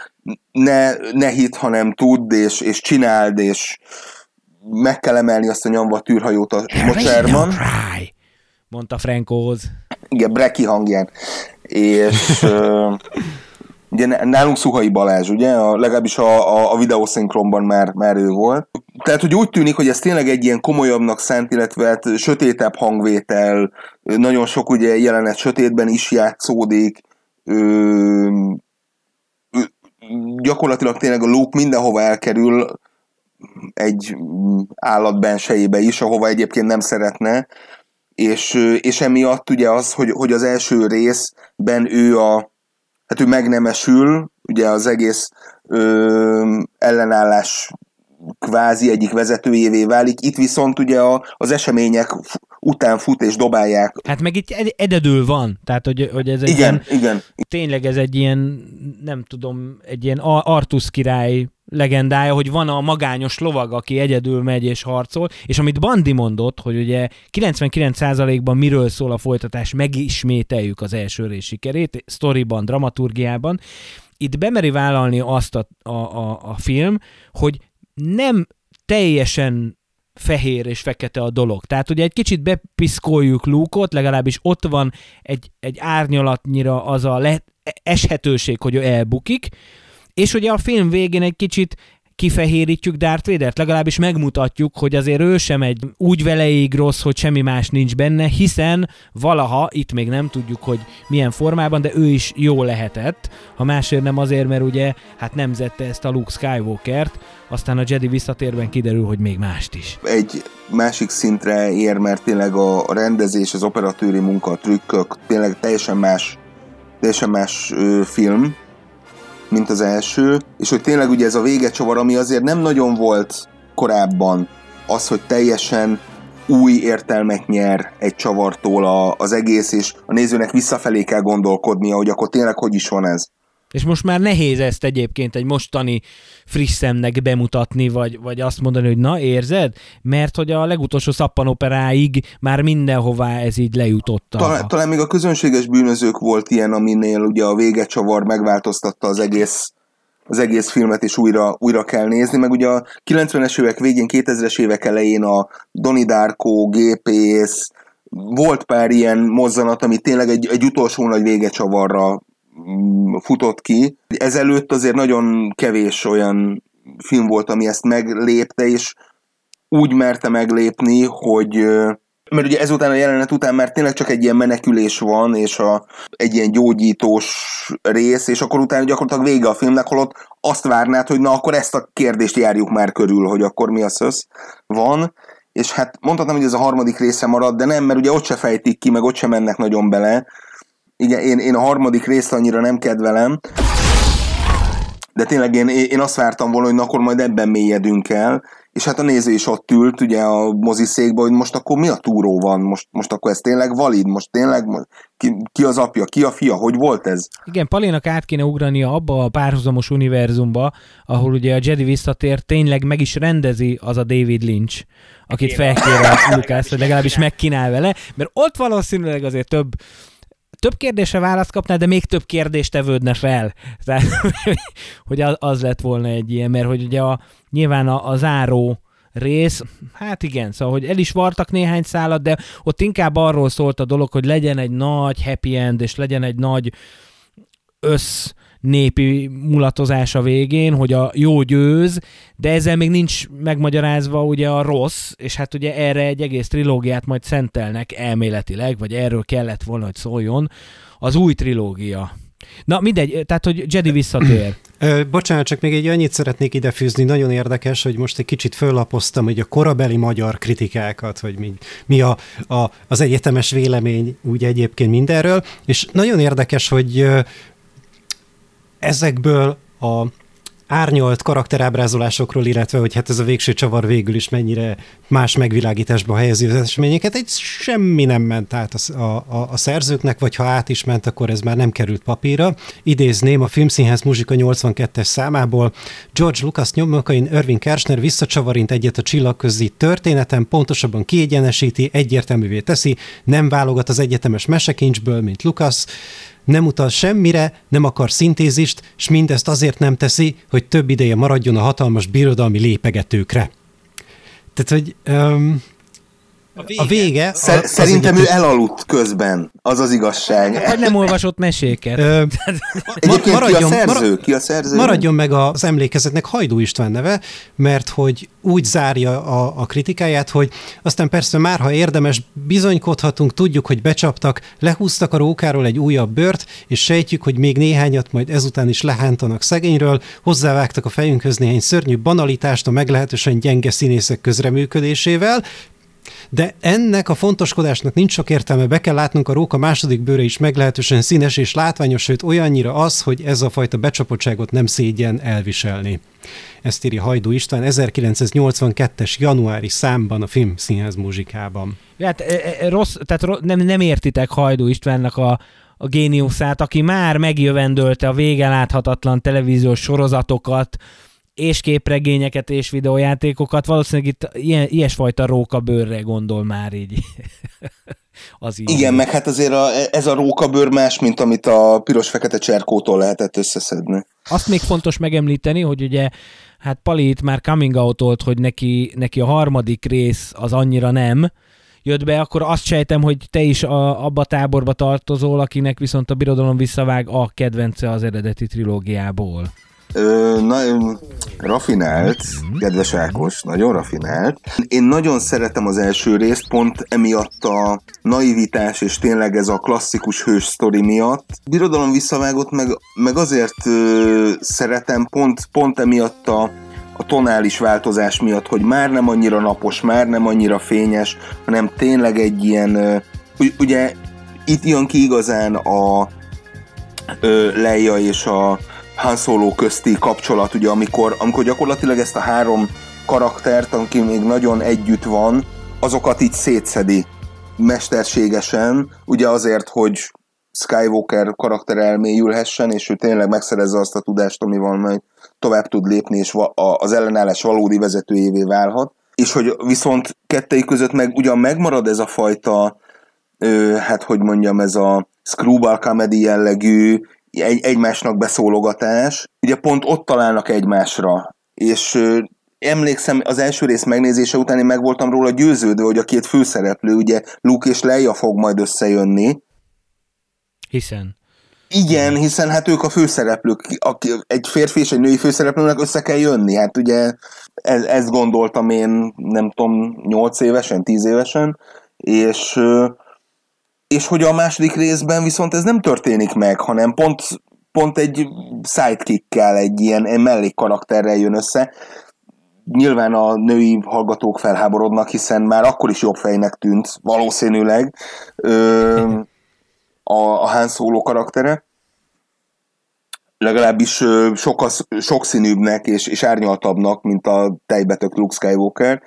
Speaker 3: ne hidd, hanem tudd, és csináld, és meg kell emelni azt a nyomvat tűrhajót a mocsárban.
Speaker 1: Mondta Frankóhoz.
Speaker 3: Igen, Breki hangján. És ugye nálunk Szuhai Balázs, ugye? Legalábbis a videószinkronban már ő volt. Tehát, hogy úgy tűnik, hogy ez tényleg egy ilyen komolyabbnak szánt, illetve hát sötétebb hangvétel, nagyon sok ugye jelenet sötétben is játszódik, gyakorlatilag tényleg a Luke mindenhova elkerül, egy állat bensejébe is, ahova egyébként nem szeretne, és emiatt ugye az, hogy az első részben ő megnemesül, ugye az egész ellenállás kvázi egyik vezetőjévé válik, itt viszont ugye az események után fut és dobálják.
Speaker 1: Hát meg itt egyedül van, tehát hogy ez egy
Speaker 3: igen.
Speaker 1: Tényleg ez egy ilyen, nem tudom, egy ilyen Artusz király legendája, hogy van a magányos lovag, aki egyedül megy és harcol, és amit Bandi mondott, hogy ugye 99%-ban miről szól a folytatás, megismételjük az első rész sikerét, sztoriban, dramaturgiában, itt bemeri vállalni azt a film, hogy nem teljesen fehér és fekete a dolog. Tehát ugye egy kicsit bepiszkoljuk Luke-ot, legalábbis ott van egy árnyalatnyira az a eshetőség, hogy ő elbukik, és ugye a film végén egy kicsit kifehérítjük Darth Vadert, legalábbis megmutatjuk, hogy azért ő sem egy úgy veleig rossz, hogy semmi más nincs benne, hiszen valaha, itt még nem tudjuk, hogy milyen formában, de ő is jó lehetett, ha másért nem azért, mert ugye hát nemzette ezt a Luke Skywalkert, aztán a Jedi visszatérben kiderül, hogy még mást is.
Speaker 3: Egy másik szintre ér, mert tényleg a rendezés, az operatőri munka, a trükkök, tényleg teljesen más film, mint az első, és hogy tényleg ugye ez a végecsavar, ami azért nem nagyon volt korábban, az, hogy teljesen új értelmet nyer egy csavartól az egész, és a nézőnek visszafelé kell gondolkodnia, hogy akkor tényleg hogy is van ez.
Speaker 1: És most már nehéz ezt egyébként egy mostani friss szemnek bemutatni, vagy azt mondani, hogy na, érzed? Mert hogy a legutolsó szappanoperáig már mindenhová ez így lejutott.
Speaker 3: Talán még a Közönséges bűnözők volt ilyen, aminél ugye a végecsavar megváltoztatta az egész filmet, és újra kell nézni, meg ugye a 90-es évek végén, 2000-es évek elején a Donnie Darko, gépész, volt pár ilyen mozzanat, ami tényleg egy utolsó nagy végecsavarra futott ki. Ezelőtt azért nagyon kevés olyan film volt, ami ezt meglépte, és úgy merte meglépni, hogy mert ugye ezután a jelenet után már tényleg csak egy ilyen menekülés van, és egy ilyen gyógyítós rész, és akkor utána gyakorlatilag vége a filmnek, holott azt várnád, hogy na akkor ezt a kérdést járjuk már körül, hogy akkor mi a szösz van. És hát mondhatnám, hogy ez a harmadik része marad, de nem, mert ugye ott se fejtik ki, meg ott se mennek nagyon bele. Igen, én a harmadik részt annyira nem kedvelem, de tényleg én azt vártam volna, hogy na, akkor majd ebben mélyedünk el, és hát a néző is ott ült ugye a moziszékben, hogy most akkor mi a túró van, most akkor ez tényleg valid, most tényleg ki az apja, ki a fia, hogy volt ez?
Speaker 1: Igen, Palinak át kéne ugrania abba a párhuzamos univerzumba, ahol ugye a Jedi visszatér, tényleg meg is rendezi az a David Lynch, akit felkér a Lucas, hogy legalábbis megkínál vele, mert ott valószínűleg azért több kérdésre választ kapnál, de még több kérdést tevődne fel. Tehát, hogy az lett volna egy ilyen, mert hogy ugye nyilván a záró rész, hát igen, szóval, hogy el is vartak néhány szálat, de ott inkább arról szólt a dolog, hogy legyen egy nagy happy end, és legyen egy nagy népi mulatozás a végén, hogy a jó győz, de ezzel még nincs megmagyarázva ugye a rossz, és hát ugye erre egy egész trilógiát majd szentelnek elméletileg, vagy erről kellett volna, hogy szóljon az új trilógia. Na mindegy, tehát hogy Jedi visszatér.
Speaker 4: Bocsánat, csak még egy annyit szeretnék idefűzni, nagyon érdekes, hogy most egy kicsit föllapoztam, hogy a korabeli magyar kritikákat, hogy mi az egyetemes vélemény úgy egyébként mindenről, és nagyon érdekes, hogy ezekből a árnyalt karakterábrázolásokról, illetve hogy hát ez a végső csavar végül is mennyire más megvilágításba helyezi az eseményeket, egy semmi nem ment át a szerzőknek, vagy ha át is ment, akkor ez már nem került papírra. Idézném a Filmszínház Muzsika 82-es számából: George Lucas nyomokain Irving Kershner visszacsavarint egyet a csillagközi történeten, pontosabban kiegyenesíti, egyértelművé teszi, nem válogat az egyetemes mesekincsből, mint Lucas, nem utal semmire, nem akar szintézist, s mindezt azért nem teszi, hogy több ideje maradjon a hatalmas birodalmi lépegetőkre. Tehát, hogy a vége...
Speaker 3: Szerintem ő elaludt közben, az az igazság.
Speaker 1: Vagy nem olvasott meséket.
Speaker 3: Egyébként ki a szerző?
Speaker 4: Maradjon meg az emlékezetnek Hajdú István neve, mert hogy úgy zárja a kritikáját, hogy aztán persze már, ha érdemes, bizonykodhatunk, tudjuk, hogy becsaptak, lehúztak a rókáról egy újabb bőrt, és sejtjük, hogy még néhányat majd ezután is lehántanak szegényről, hozzávágtak a fejünkhöz néhány szörnyű banalitást a meglehetősen gyenge színészek közreműködésével, de ennek a fontoskodásnak nincs sok értelme, be kell látnunk, a róka második bőre is meglehetősen színes és látványos, sőt olyannyira az, hogy ez a fajta becsapottságot nem szégyen elviselni. Ezt írja Hajdú István 1982-es januári számban a Filmszínház Muzsikában.
Speaker 1: Hát rossz, tehát nem értitek Hajdú Istvánnak a géniuszát, aki már megjövendölte a végen láthatatlan televíziós sorozatokat, és képregényeket, és videójátékokat, valószínűleg itt ilyesfajta rókabőrre gondol már így. az így.
Speaker 3: Igen, meg hát azért ez a rókabőr más, mint amit a piros-fekete cserkótól lehetett összeszedni.
Speaker 1: Azt még fontos megemlíteni, hogy ugye hát Pali itt már coming out-olt, hogy neki a harmadik rész az annyira nem jött be, akkor azt sejtem, hogy te is abba a táborba tartozol, akinek viszont a Birodalom visszavág a kedvence az eredeti trilógiából.
Speaker 3: Rafinált, kedves Ákos, nagyon rafinált. Én nagyon szeretem az első részt, pont emiatt a naivitás és tényleg ez a klasszikus hős sztori miatt. Birodalom visszavágott meg azért szeretem, pont emiatt a tonális változás miatt, hogy már nem annyira napos, már nem annyira fényes, hanem tényleg egy ilyen, ugye itt jön ki igazán a Leia és a Han Solo közti kapcsolat, ugye, amikor gyakorlatilag ezt a három karaktert, aki még nagyon együtt van, azokat így szétszedi mesterségesen, ugye azért, hogy Skywalker karakter elmélyülhessen, és ő tényleg megszerezze azt a tudást, amivel majd tovább tud lépni, és az ellenállás valódi vezetőjévé válhat. És hogy viszont kettejük között meg ugyan megmarad ez a fajta, hát hogy mondjam, ez a screwball comedy jellegű, egymásnak beszólogatás, ugye pont ott találnak egymásra, és emlékszem, az első rész megnézése után én meg voltam róla győződve, hogy a két főszereplő, ugye Luke és Leia fog majd összejönni.
Speaker 1: Hiszen? Igen,
Speaker 3: hiszen hát ők a főszereplők, egy férfi és egy női főszereplőnek össze kell jönni, hát ugye ezt gondoltam én, nem tudom, 8 évesen, 10 évesen, és hogy a második részben viszont ez nem történik meg, hanem pont egy sidekickkel, egy ilyen mellékkarakterrel jön össze. Nyilván a női hallgatók felháborodnak, hiszen már akkor is jobb fejnek tűnt, valószínűleg a Han Solo karaktere. Legalábbis sokszínűbbnek és árnyaltabbnak, mint a tejbetök Luke Skywalker,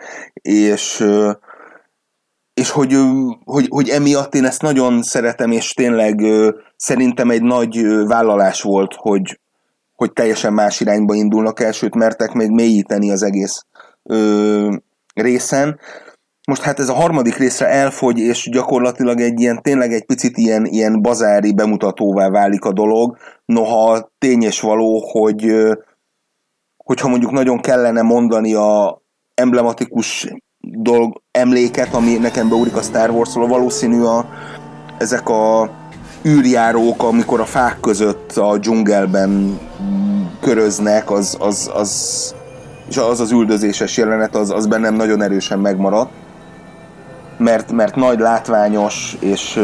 Speaker 3: és hogy emiatt én ezt nagyon szeretem, és tényleg szerintem egy nagy vállalás volt, hogy teljesen más irányba indulnak el, sőt mertek még mélyíteni az egész részen. Most hát ez a harmadik részre elfogy, és gyakorlatilag tényleg egy picit ilyen bazári bemutatóvá válik a dolog, noha tény és való, hogyha mondjuk nagyon kellene mondani a emblematikus emléket, ami nekem beugrik a Star Wars-ról, valószínű ezek a űrjárók, amikor a fák között a dzsungelben köröznek, az üldözéses jelenet, az bennem nagyon erősen megmaradt, mert nagy, látványos,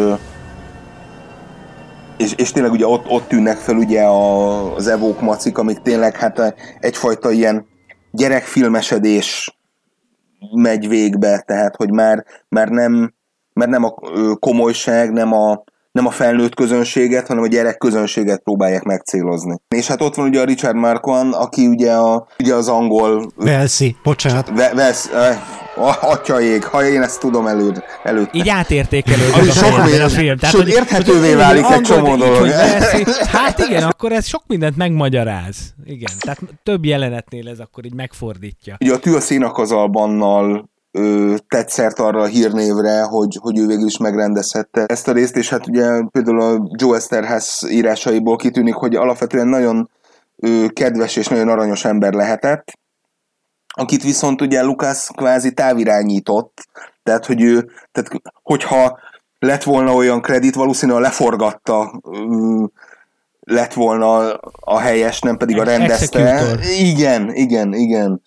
Speaker 3: és tényleg ugye ott tűnnek fel ugye az evók macik, amik tényleg hát egyfajta ilyen gyerekfilmesedés megy végbe, tehát hogy már nem a komolyság, nem a felnőtt közönséget, hanem a gyerek közönséget próbálják megcélozni. És hát ott van ugye a Richard Marquand, aki ugye az angol...
Speaker 4: Welsi, bocsánat.
Speaker 3: Atyaég, ha én ezt tudom előtte.
Speaker 1: Így átértékelődik a film.
Speaker 3: Sőt, érthetővé válik egy csomó dolog.
Speaker 1: Hát igen, akkor ez sok mindent megmagyaráz. Igen, tehát több jelenetnél ez akkor így megfordítja.
Speaker 3: Ugye a Tű a szénakazalbannal tett szert arra a hírnévre, hogy ő végül is megrendezhette ezt a részt, és hát ugye például a Joe Eszterház írásaiból kitűnik, hogy alapvetően nagyon kedves és nagyon aranyos ember lehetett, akit viszont ugye Lucas kvázi távirányított, tehát hogyha lett volna olyan kredit, valószínűleg leforgatta lett volna a helyes, nem pedig a rendezte.
Speaker 1: Executor.
Speaker 3: Igen.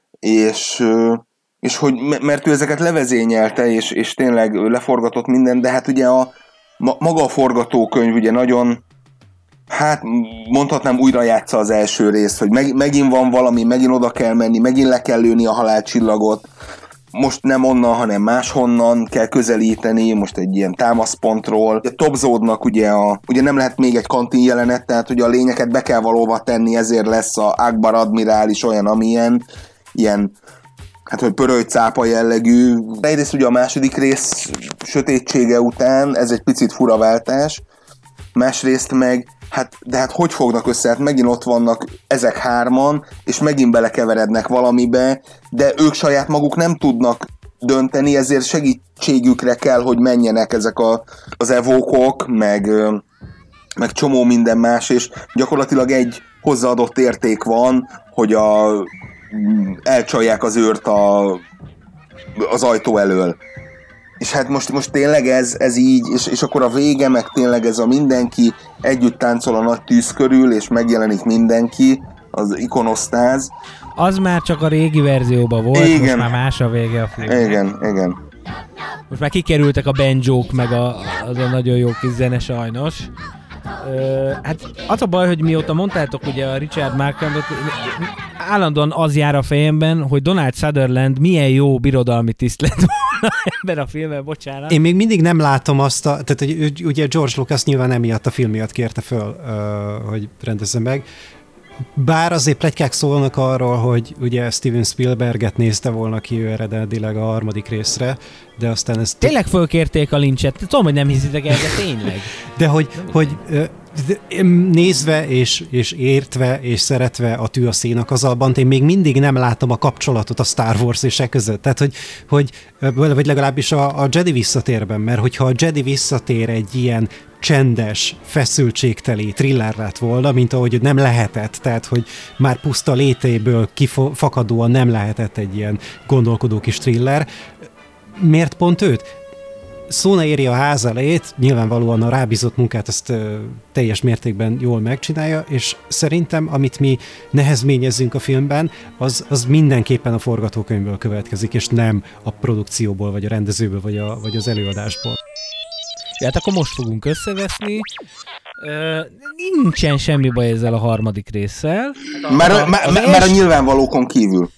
Speaker 3: És hogy, mert ő ezeket levezényelte, és tényleg leforgatott minden, de hát ugye maga a forgatókönyv ugye nagyon, hát mondhatnám újra játsza az első részt, hogy megint van valami, megint oda kell menni, megint le kell lőni a halálcsillagot, most nem onnan, hanem máshonnan kell közelíteni, most egy ilyen támaszpontról. Topzódnak ugye nem lehet még egy kantin jelenet, tehát ugye a lényeket be kell valóban tenni, ezért lesz a Akbar admirális olyan, amilyen ilyen, hát hogy pörölycápa jellegű. Egyrészt ugye a második rész sötétsége után ez egy picit furaváltás, másrészt meg hát hogy fognak össze? Hát megint ott vannak ezek hárman, és megint belekeverednek valamibe, de ők saját maguk nem tudnak dönteni, ezért segítségükre kell, hogy menjenek ezek az evókok, meg csomó minden más, és gyakorlatilag egy hozzáadott érték van, hogy elcsalják az őrt az ajtó elől. És hát most tényleg ez így, és akkor a vége, meg tényleg ez a mindenki együtt táncol a nagy tűz körül, és megjelenik mindenki, az ikonosztáz.
Speaker 1: Az már csak a régi verzióban volt, igen. Most már más a vége a filmnek.
Speaker 3: Igen.
Speaker 1: Most már kikerültek a banjók, meg az a nagyon jó kis zene sajnos. Hát az a baj, hogy mióta mondtátok ugye a Richard Marquandot, állandóan az jár a fejemben, hogy Donald Sutherland milyen jó birodalmi tiszt lett volna ebben a filmben, bocsánat.
Speaker 4: Én még mindig nem látom azt tehát hogy ugye George Lucas nyilván emiatt a film miatt kérte föl, hogy rendezze meg. Bár azért pletykák szólnak arról, hogy ugye Steven Spielberget nézte volna ki ő eredetileg a harmadik részre, de aztán ez...
Speaker 1: Tényleg fölkérték a Lynchet? Tudom, hogy nem hiszitek el, de tényleg.
Speaker 4: De hogy nézve és értve és szeretve a Tű a szénakazalban, én még mindig nem látom a kapcsolatot a Star Wars és között. Tehát, vagy legalábbis a Jedi visszatérben, mert hogyha a Jedi visszatér egy ilyen csendes, feszültségteli thriller lett volna, mint ahogy nem lehetett, tehát hogy már puszta létéből kifakadóan nem lehetett egy ilyen gondolkodó kis thriller. Miért pont őt? Szó ne éri a ház elejét, nyilvánvalóan a rábízott munkát ezt teljes mértékben jól megcsinálja, és szerintem, amit mi nehezményezzünk a filmben, az mindenképpen a forgatókönyvből következik, és nem a produkcióból, vagy a rendezőből, vagy az előadásból.
Speaker 1: Hát akkor most fogunk összeveszni. Nincsen semmi baj ezzel a harmadik résszel.
Speaker 3: Mert a nyilvánvalókon kívül.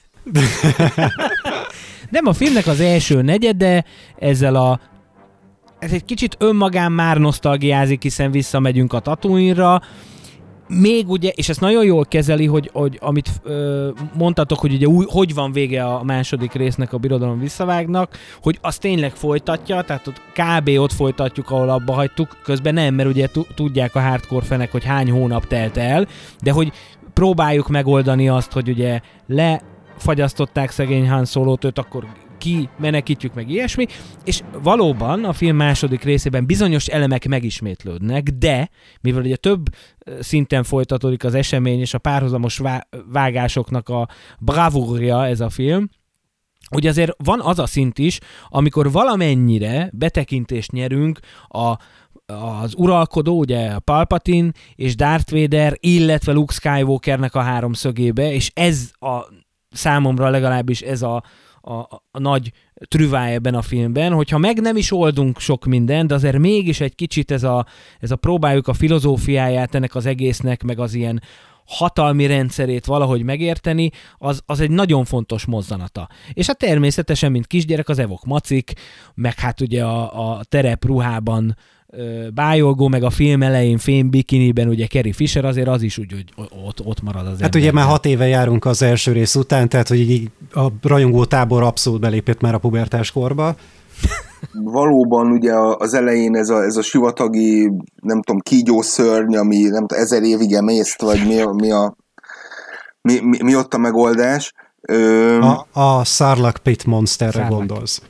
Speaker 1: Nem, a filmnek az első negyede ezzel ez egy kicsit önmagán már nosztalgiázik, hiszen visszamegyünk a Tatooine-ra. Még ugye, és ezt nagyon jól kezeli, hogy amit mondtatok, hogy ugye hogy van vége a második résznek, a Birodalom visszavágnak, hogy az tényleg folytatja, tehát ott kb. Ott folytatjuk, ahol abba hagytuk, közben nem, mert ugye tudják a hardcore fenek, hogy hány hónap telt el, de hogy próbáljuk megoldani azt, hogy ugye lefagyasztották szegény Han Solót, őt akkor menekítjük meg ilyesmi, és valóban a film második részében bizonyos elemek megismétlődnek, de mivel ugye több szinten folytatódik az esemény és a párhuzamos vágásoknak a bravúrja ez a film, hogy azért van az a szint is, amikor valamennyire betekintést nyerünk az uralkodó, ugye a Palpatine és Darth Vader, illetve Luke Skywalkernek a háromszögébe, és ez számomra legalábbis ez a nagy trüváj ebben a filmben, hogyha meg nem is oldunk sok mindent, de azért mégis egy kicsit ez a próbáljuk a filozófiáját ennek az egésznek, meg az ilyen hatalmi rendszerét valahogy megérteni, az egy nagyon fontos mozzanata. És hát természetesen, mint kisgyerek, az evok macik, meg hát ugye a terep ruhában bájolgó, meg a film elején fémbikiniben, ugye Carrie Fisher, azért az is úgy, hogy ott marad az
Speaker 4: Hát ugye már 6 éve járunk az első rész után, tehát hogy így a rajongó tábor abszolút belépett már a pubertás korba.
Speaker 3: Valóban ugye az elején ez a sivatagi, nem tudom, kígyószörny, ami nem tudom, 1000 évig emészt, vagy mi ott a megoldás.
Speaker 4: A Sarlacc Pit Monsterre gondolsz.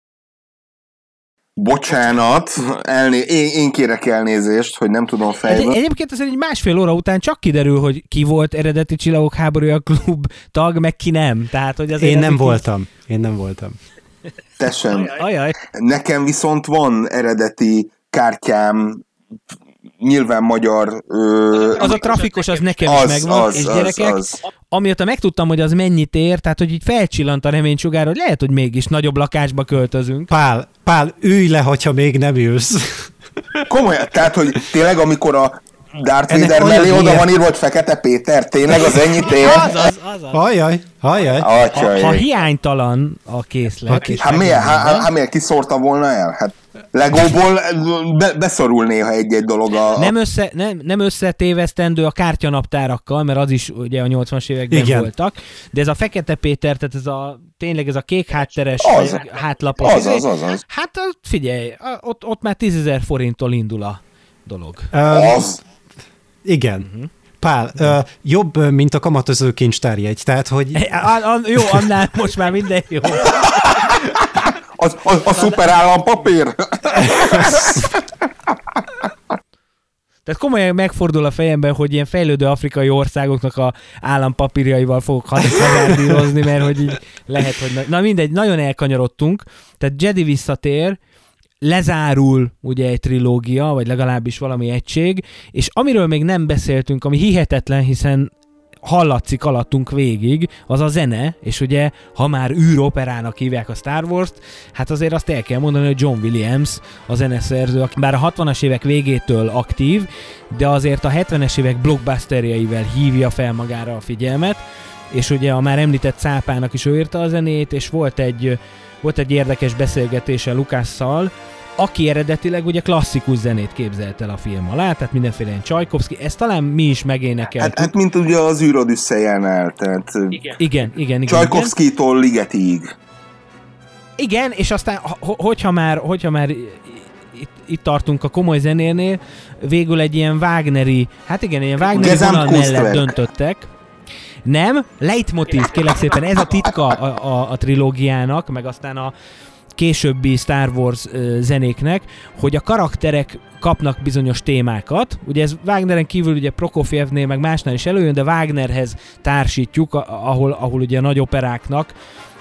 Speaker 3: Bocsánat, én kérek elnézést, hogy nem tudom fejből.
Speaker 1: Egyébként azért egy 1,5 óra után csak kiderül, hogy ki volt eredeti Csillagok háborúja klub tag, meg ki nem. Tehát, hogy azért
Speaker 4: Én nem voltam.
Speaker 3: Te sem.
Speaker 1: Ajaj.
Speaker 3: Nekem viszont van eredeti kártyám, nyilván magyar...
Speaker 1: Az a trafikos, az nekem is megvan, és gyerekek, amióta megtudtam, hogy az mennyit ér, tehát hogy így felcsillant a reménysugár, hogy lehet, hogy mégis nagyobb lakásba költözünk.
Speaker 4: Pál, ülj le, hogyha még nem ülsz.
Speaker 3: Komolyan, tehát, hogy tényleg amikor a Darth Vader mellé oda van írva, hogy Fekete Péter, tényleg az ennyit ér?
Speaker 1: Az.
Speaker 4: Hajjaj.
Speaker 1: Ha hiánytalan a készlet.
Speaker 3: Hát miért kiszórta volna el? Hát Legóból beszorul néha egy-egy dolog
Speaker 1: Nem összetévesztendő a kártyanaptárakkal, mert az is ugye a 80-as években voltak, de ez a Fekete Péter, tehát tényleg ez a kék hátteres hátlapos.
Speaker 3: Az.
Speaker 1: Hát figyelj, ott már 10 000 forinttól indul a dolog.
Speaker 4: Igen. Uh-huh. Pál, jobb, mint a kamatozó kincstárjegy, tehát hogy...
Speaker 1: Jó, annál most már minden jó.
Speaker 3: A szuper állampapír?
Speaker 1: Tehát komolyan megfordul a fejemben, hogy ilyen fejlődő afrikai országoknak a állampapírjaival fogok hazárdírozni, mert hogy így lehet, hogy... Na mindegy, nagyon elkanyarodtunk. Tehát Jedi visszatér, lezárul ugye egy trilógia, vagy legalábbis valami egység, és amiről még nem beszéltünk, ami hihetetlen, hiszen hallatszik alattunk végig, az a zene, és ugye, ha már űroperának hívják a Star Wars-t, hát azért azt el kell mondani, hogy John Williams a zeneszerző, bár a 60-as évek végétől aktív, de azért a 70-es évek blockbusterjeivel hívja fel magára a figyelmet, és ugye a már említett Cápának is ő írta a zenét, és volt egy érdekes beszélgetése Lukasszal, aki eredetileg ugye klasszikus zenét képzelt el a film alá, tehát mindenféle ilyen Csajkovszki, ezt talán mi is megénekeltük.
Speaker 3: Hát mint ugye az űrodüsszejenál, tehát
Speaker 1: igen.
Speaker 3: Csajkovszkitól Ligetiig.
Speaker 1: Igen, és aztán, hogyha már itt tartunk a komoly zenénél, végül egy ilyen Wagneri, ilyen Wagneri vonal mellett döntöttek. Nem, leitmotív, kérlek szépen, ez a titka a trilógiának, meg aztán a későbbi Star Wars zenéknek, hogy a karakterek kapnak bizonyos témákat. Ugye ez Wagneren kívül ugye Prokofjevnél meg másnál is előjön, de Wagnerhez társítjuk, ahol ugye a nagy operáknak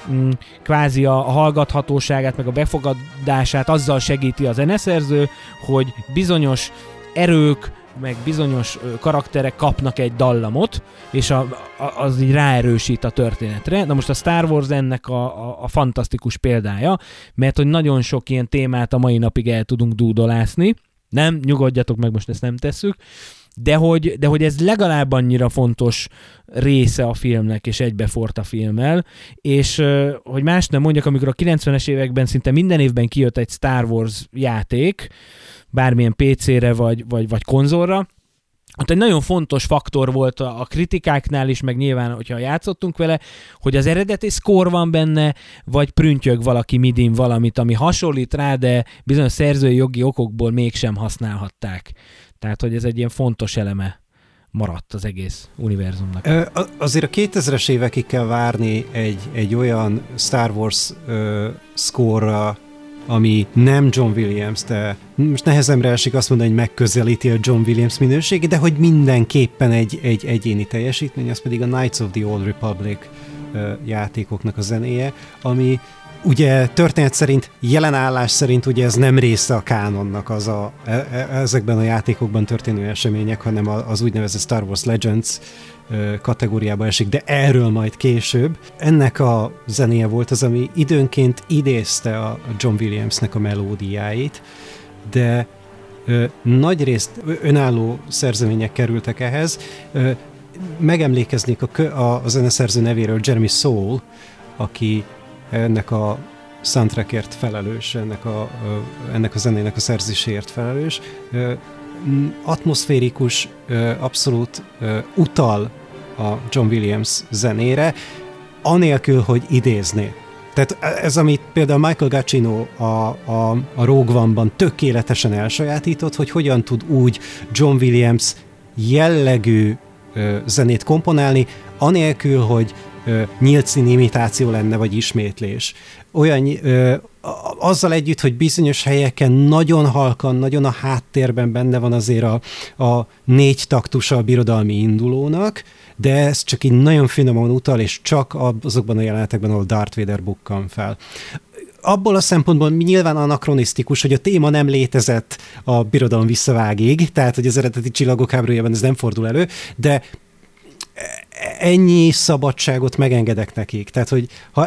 Speaker 1: kvázi a hallgathatóságát, meg a befogadását azzal segíti a zeneszerző, hogy bizonyos erők, meg bizonyos karakterek kapnak egy dallamot, és az így ráerősít a történetre. Na most a Star Wars ennek a fantasztikus példája, mert hogy nagyon sok ilyen témát a mai napig el tudunk dúdolászni. Nem, nyugodjatok meg, most ezt nem tesszük, de hogy ez legalább annyira fontos része a filmnek, és egybefort a filmmel, és hogy más nem mondjak, amikor a 90-es években szinte minden évben kijött egy Star Wars játék, bármilyen PC-re vagy konzolra, ott egy nagyon fontos faktor volt a kritikáknál is, meg nyilván, hogyha játszottunk vele, hogy az eredeti score van benne, vagy prüntjög valaki midin valamit, ami hasonlít rá, de bizonyos szerzői jogi okokból mégsem használhatták. Tehát, hogy ez egy ilyen fontos eleme maradt az egész univerzumnak.
Speaker 4: Azért a 2000-es évekig kell várni egy olyan Star Wars score-ra, ami nem John Williams, de most nehezemre esik azt mondani, hogy megközelíti a John Williams minőségét, de hogy mindenképpen egy egyéni teljesítmény, az pedig a Knights of the Old Republic játékoknak a zenéje, ami ugye történet szerint, jelen állás szerint ugye ez nem része a kánonnak ezekben a játékokban történő események, hanem az úgynevezett Star Wars Legends kategóriába esik, de erről majd később. Ennek a zenéje volt az, ami időnként idézte a John Williamsnek a melódiáit, de nagyrészt önálló szerzemények kerültek ehhez. Megemlékeznék a zeneszerző nevéről, Jeremy Soule, aki ennek a soundtrackért felelős, ennek a zenének a szerzéséért felelős. Atmoszférikus, abszolút utal a John Williams zenére, anélkül, hogy idézné. Tehát ez, amit például Michael Giacchino a Rogue One-ban tökéletesen elsajátított, hogy hogyan tud úgy John Williams jellegű zenét komponálni, anélkül, hogy nyílt színi imitáció lenne, vagy ismétlés. Azzal együtt, hogy bizonyos helyeken nagyon halkan, nagyon a háttérben benne van azért a 4 taktusa a birodalmi indulónak, de ez csak így nagyon finoman utal, és csak azokban a jelenetekben, ahol Darth Vader bukkan fel. Abból a szempontból nyilván anakronisztikus, hogy a téma nem létezett a birodalom visszavágig, tehát hogy az eredeti Csillagok háborújában ez nem fordul elő, de ennyi szabadságot megengedek nekik. Tehát, hogy ha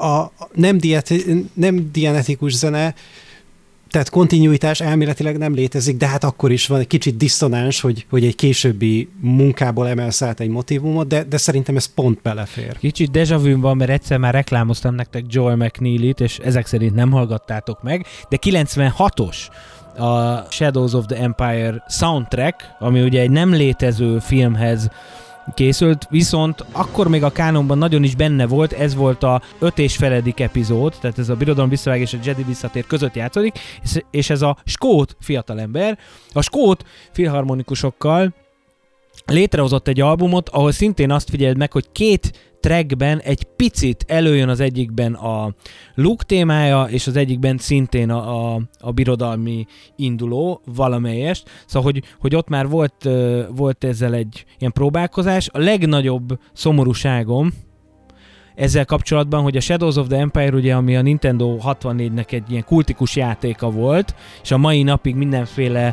Speaker 4: nem dianetikus zene, tehát kontinuitás elméletileg nem létezik, de hát akkor is van egy kicsit diszonáns, hogy egy későbbi munkából emelsz át egy motívumot, de szerintem ez pont belefér.
Speaker 1: Kicsit déjà vu van, mert egyszer már reklámoztam nektek Joel McNeely-t, és ezek szerint nem hallgattátok meg, de 96-os a Shadows of the Empire soundtrack, ami ugye egy nem létező filmhez készült, viszont akkor még a kánonban nagyon is benne volt, ez volt a 5,5. epizód, tehát ez a Birodalom visszavág és a Jedi visszatér között játszódik, és ez a skót fiatalember, a skót filharmonikusokkal létrehozott egy albumot, ahol szintén azt figyeld meg, hogy 2 trackben egy picit előjön az egyikben a Luke témája, és az egyikben szintén a birodalmi induló valamelyest. Szóval, hogy ott már volt ezzel egy ilyen próbálkozás. A legnagyobb szomorúságom ezzel kapcsolatban, hogy a Shadows of the Empire, ugye, ami a Nintendo 64-nek egy ilyen kultikus játéka volt, és a mai napig mindenféle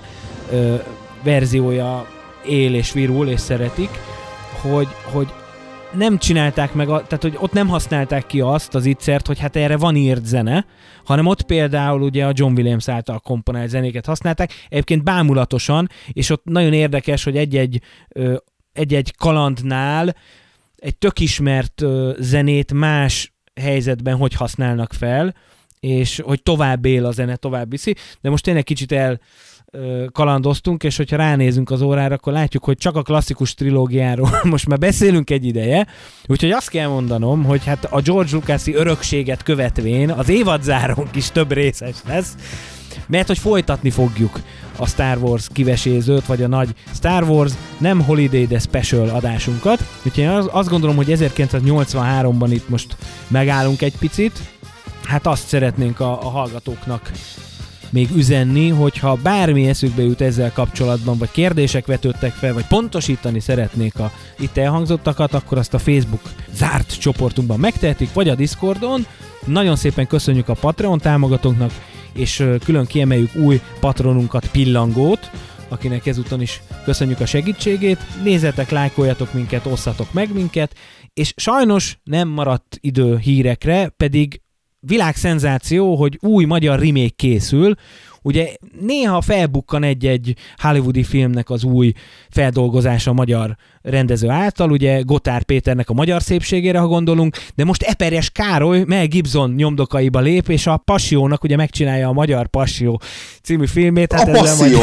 Speaker 1: verziója él és virul és szeretik, hogy nem csinálták meg, tehát hogy ott nem használták ki azt az ígyszert, hogy hát erre van írt zene, hanem ott például ugye a John Williams által komponált zenéket használták, egyébként bámulatosan, és ott nagyon érdekes, hogy egy-egy kalandnál egy tök ismert zenét más helyzetben hogy használnak fel, és hogy tovább él a zene, tovább viszi, de most tényleg kicsit kalandoztunk, és hogyha ránézünk az órára, akkor látjuk, hogy csak a klasszikus trilógiáról most már beszélünk egy ideje, úgyhogy azt kell mondanom, hogy hát a George Lucas-i örökséget követvén az évadzárunk is több részes lesz, mert hogy folytatni fogjuk a Star Wars kivesézőt, vagy a nagy Star Wars nem Holiday, de Special adásunkat. Úgyhogy én azt gondolom, hogy 1983-ban itt most megállunk egy picit. Hát azt szeretnénk a hallgatóknak még üzenni, hogyha bármi eszükbe jut ezzel kapcsolatban, vagy kérdések vetődtek fel, vagy pontosítani szeretnék a itt elhangzottakat, akkor azt a Facebook zárt csoportunkban megtehetik, vagy a Discordon. Nagyon szépen köszönjük a Patreon támogatóknak, és külön kiemeljük új patronunkat, Pillangót, akinek ezúton is köszönjük a segítségét. Nézzetek, lájkoljatok minket, osszatok meg minket, és sajnos nem maradt idő hírekre, pedig világszenzáció, hogy új magyar remake készül. Ugye néha felbukkan egy-egy hollywoodi filmnek az új feldolgozása a magyar rendező által, ugye Gotthárd Péternek a Magyar szépségére, ha gondolunk, de most Eperjes Károly Mel Gibson nyomdokaiba lép, és a Passió-nak ugye megcsinálja a Magyar Passió című filmét. Hát
Speaker 3: a Passzió!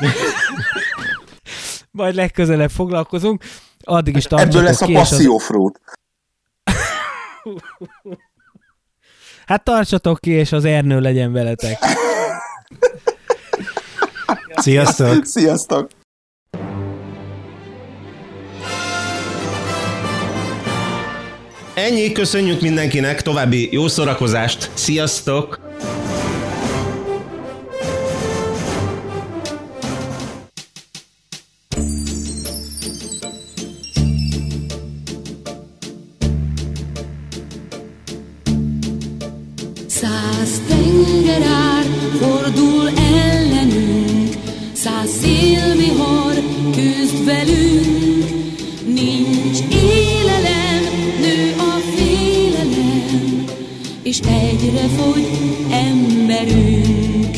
Speaker 1: Majd legközelebb foglalkozunk. Addig is tartsatok
Speaker 3: ebből lesz
Speaker 1: ki,
Speaker 3: a Passzió-fruit.
Speaker 1: Hát tartsatok ki, és az Ernő legyen veletek.
Speaker 4: Sziasztok!
Speaker 3: Sziasztok!
Speaker 2: Ennyi, köszönjük mindenkinek, további jó szórakozást, sziasztok!
Speaker 5: Száz tengerár fordul ellenünk, száz szélvihar küzd velünk, nincs élelem, nő a félelem, és egyre fogy emberünk.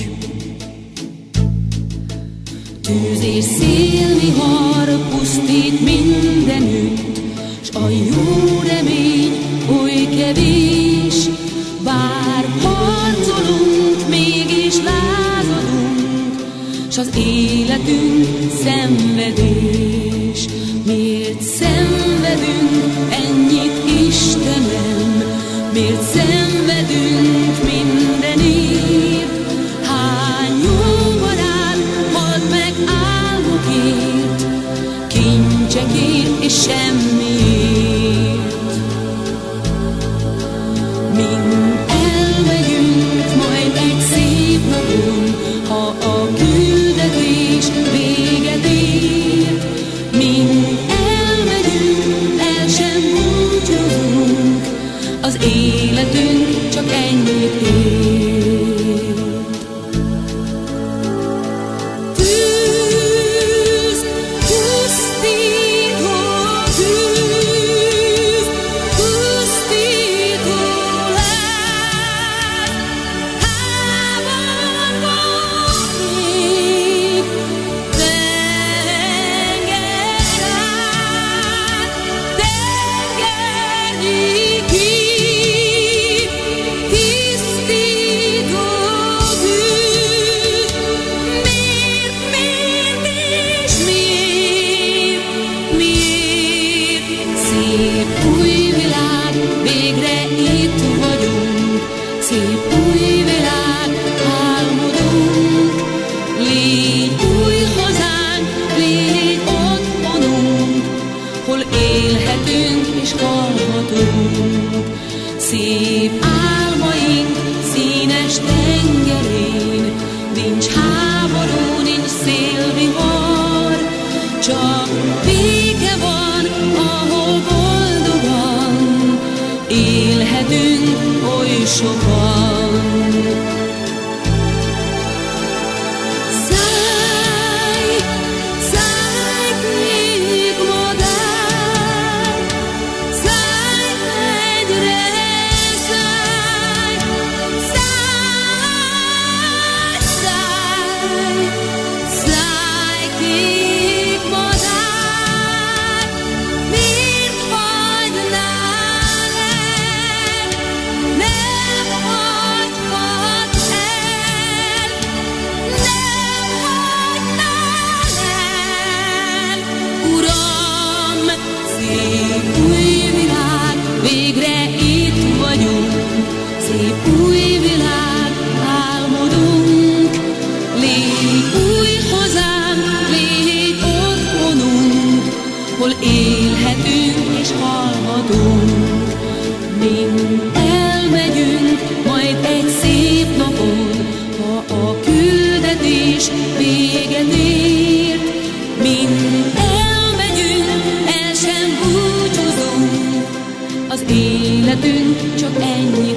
Speaker 5: Tűz és szélvihar pusztít mindenütt, s a jó remény oly kevés, bár harcolunk, mégis lázadunk, s az életünk szenvedés. Miért szenvedünk ennyit, Istenem? Miért szenvedünk mindenért? Hány jó barát halt meg álmokért, kincsekért és semmiért? Mind elmegyünk majd egy szép napon, ha a küldetés véget ér. Mind elmegyünk, el sem búcsúzunk, az életünk csak ennyit ér. sokan. Szállj, szállj, kék madár, szállj hegyre, szállj, szállj, szállj, szállj, kék madár, miért hagynál el, nem hagyhat el, nem hagynál el. Uram, szép új világ, végre itt vagyunk, szép új világ, álmodunk. Légy új hazánk, légy otthonunk, hol élhetünk és hallhatunk. Mind elmegyünk majd egy szép napon, ha a küldetés véget ért. Mind elmegyünk, el sem búcsúzunk, az életünk csak ennyi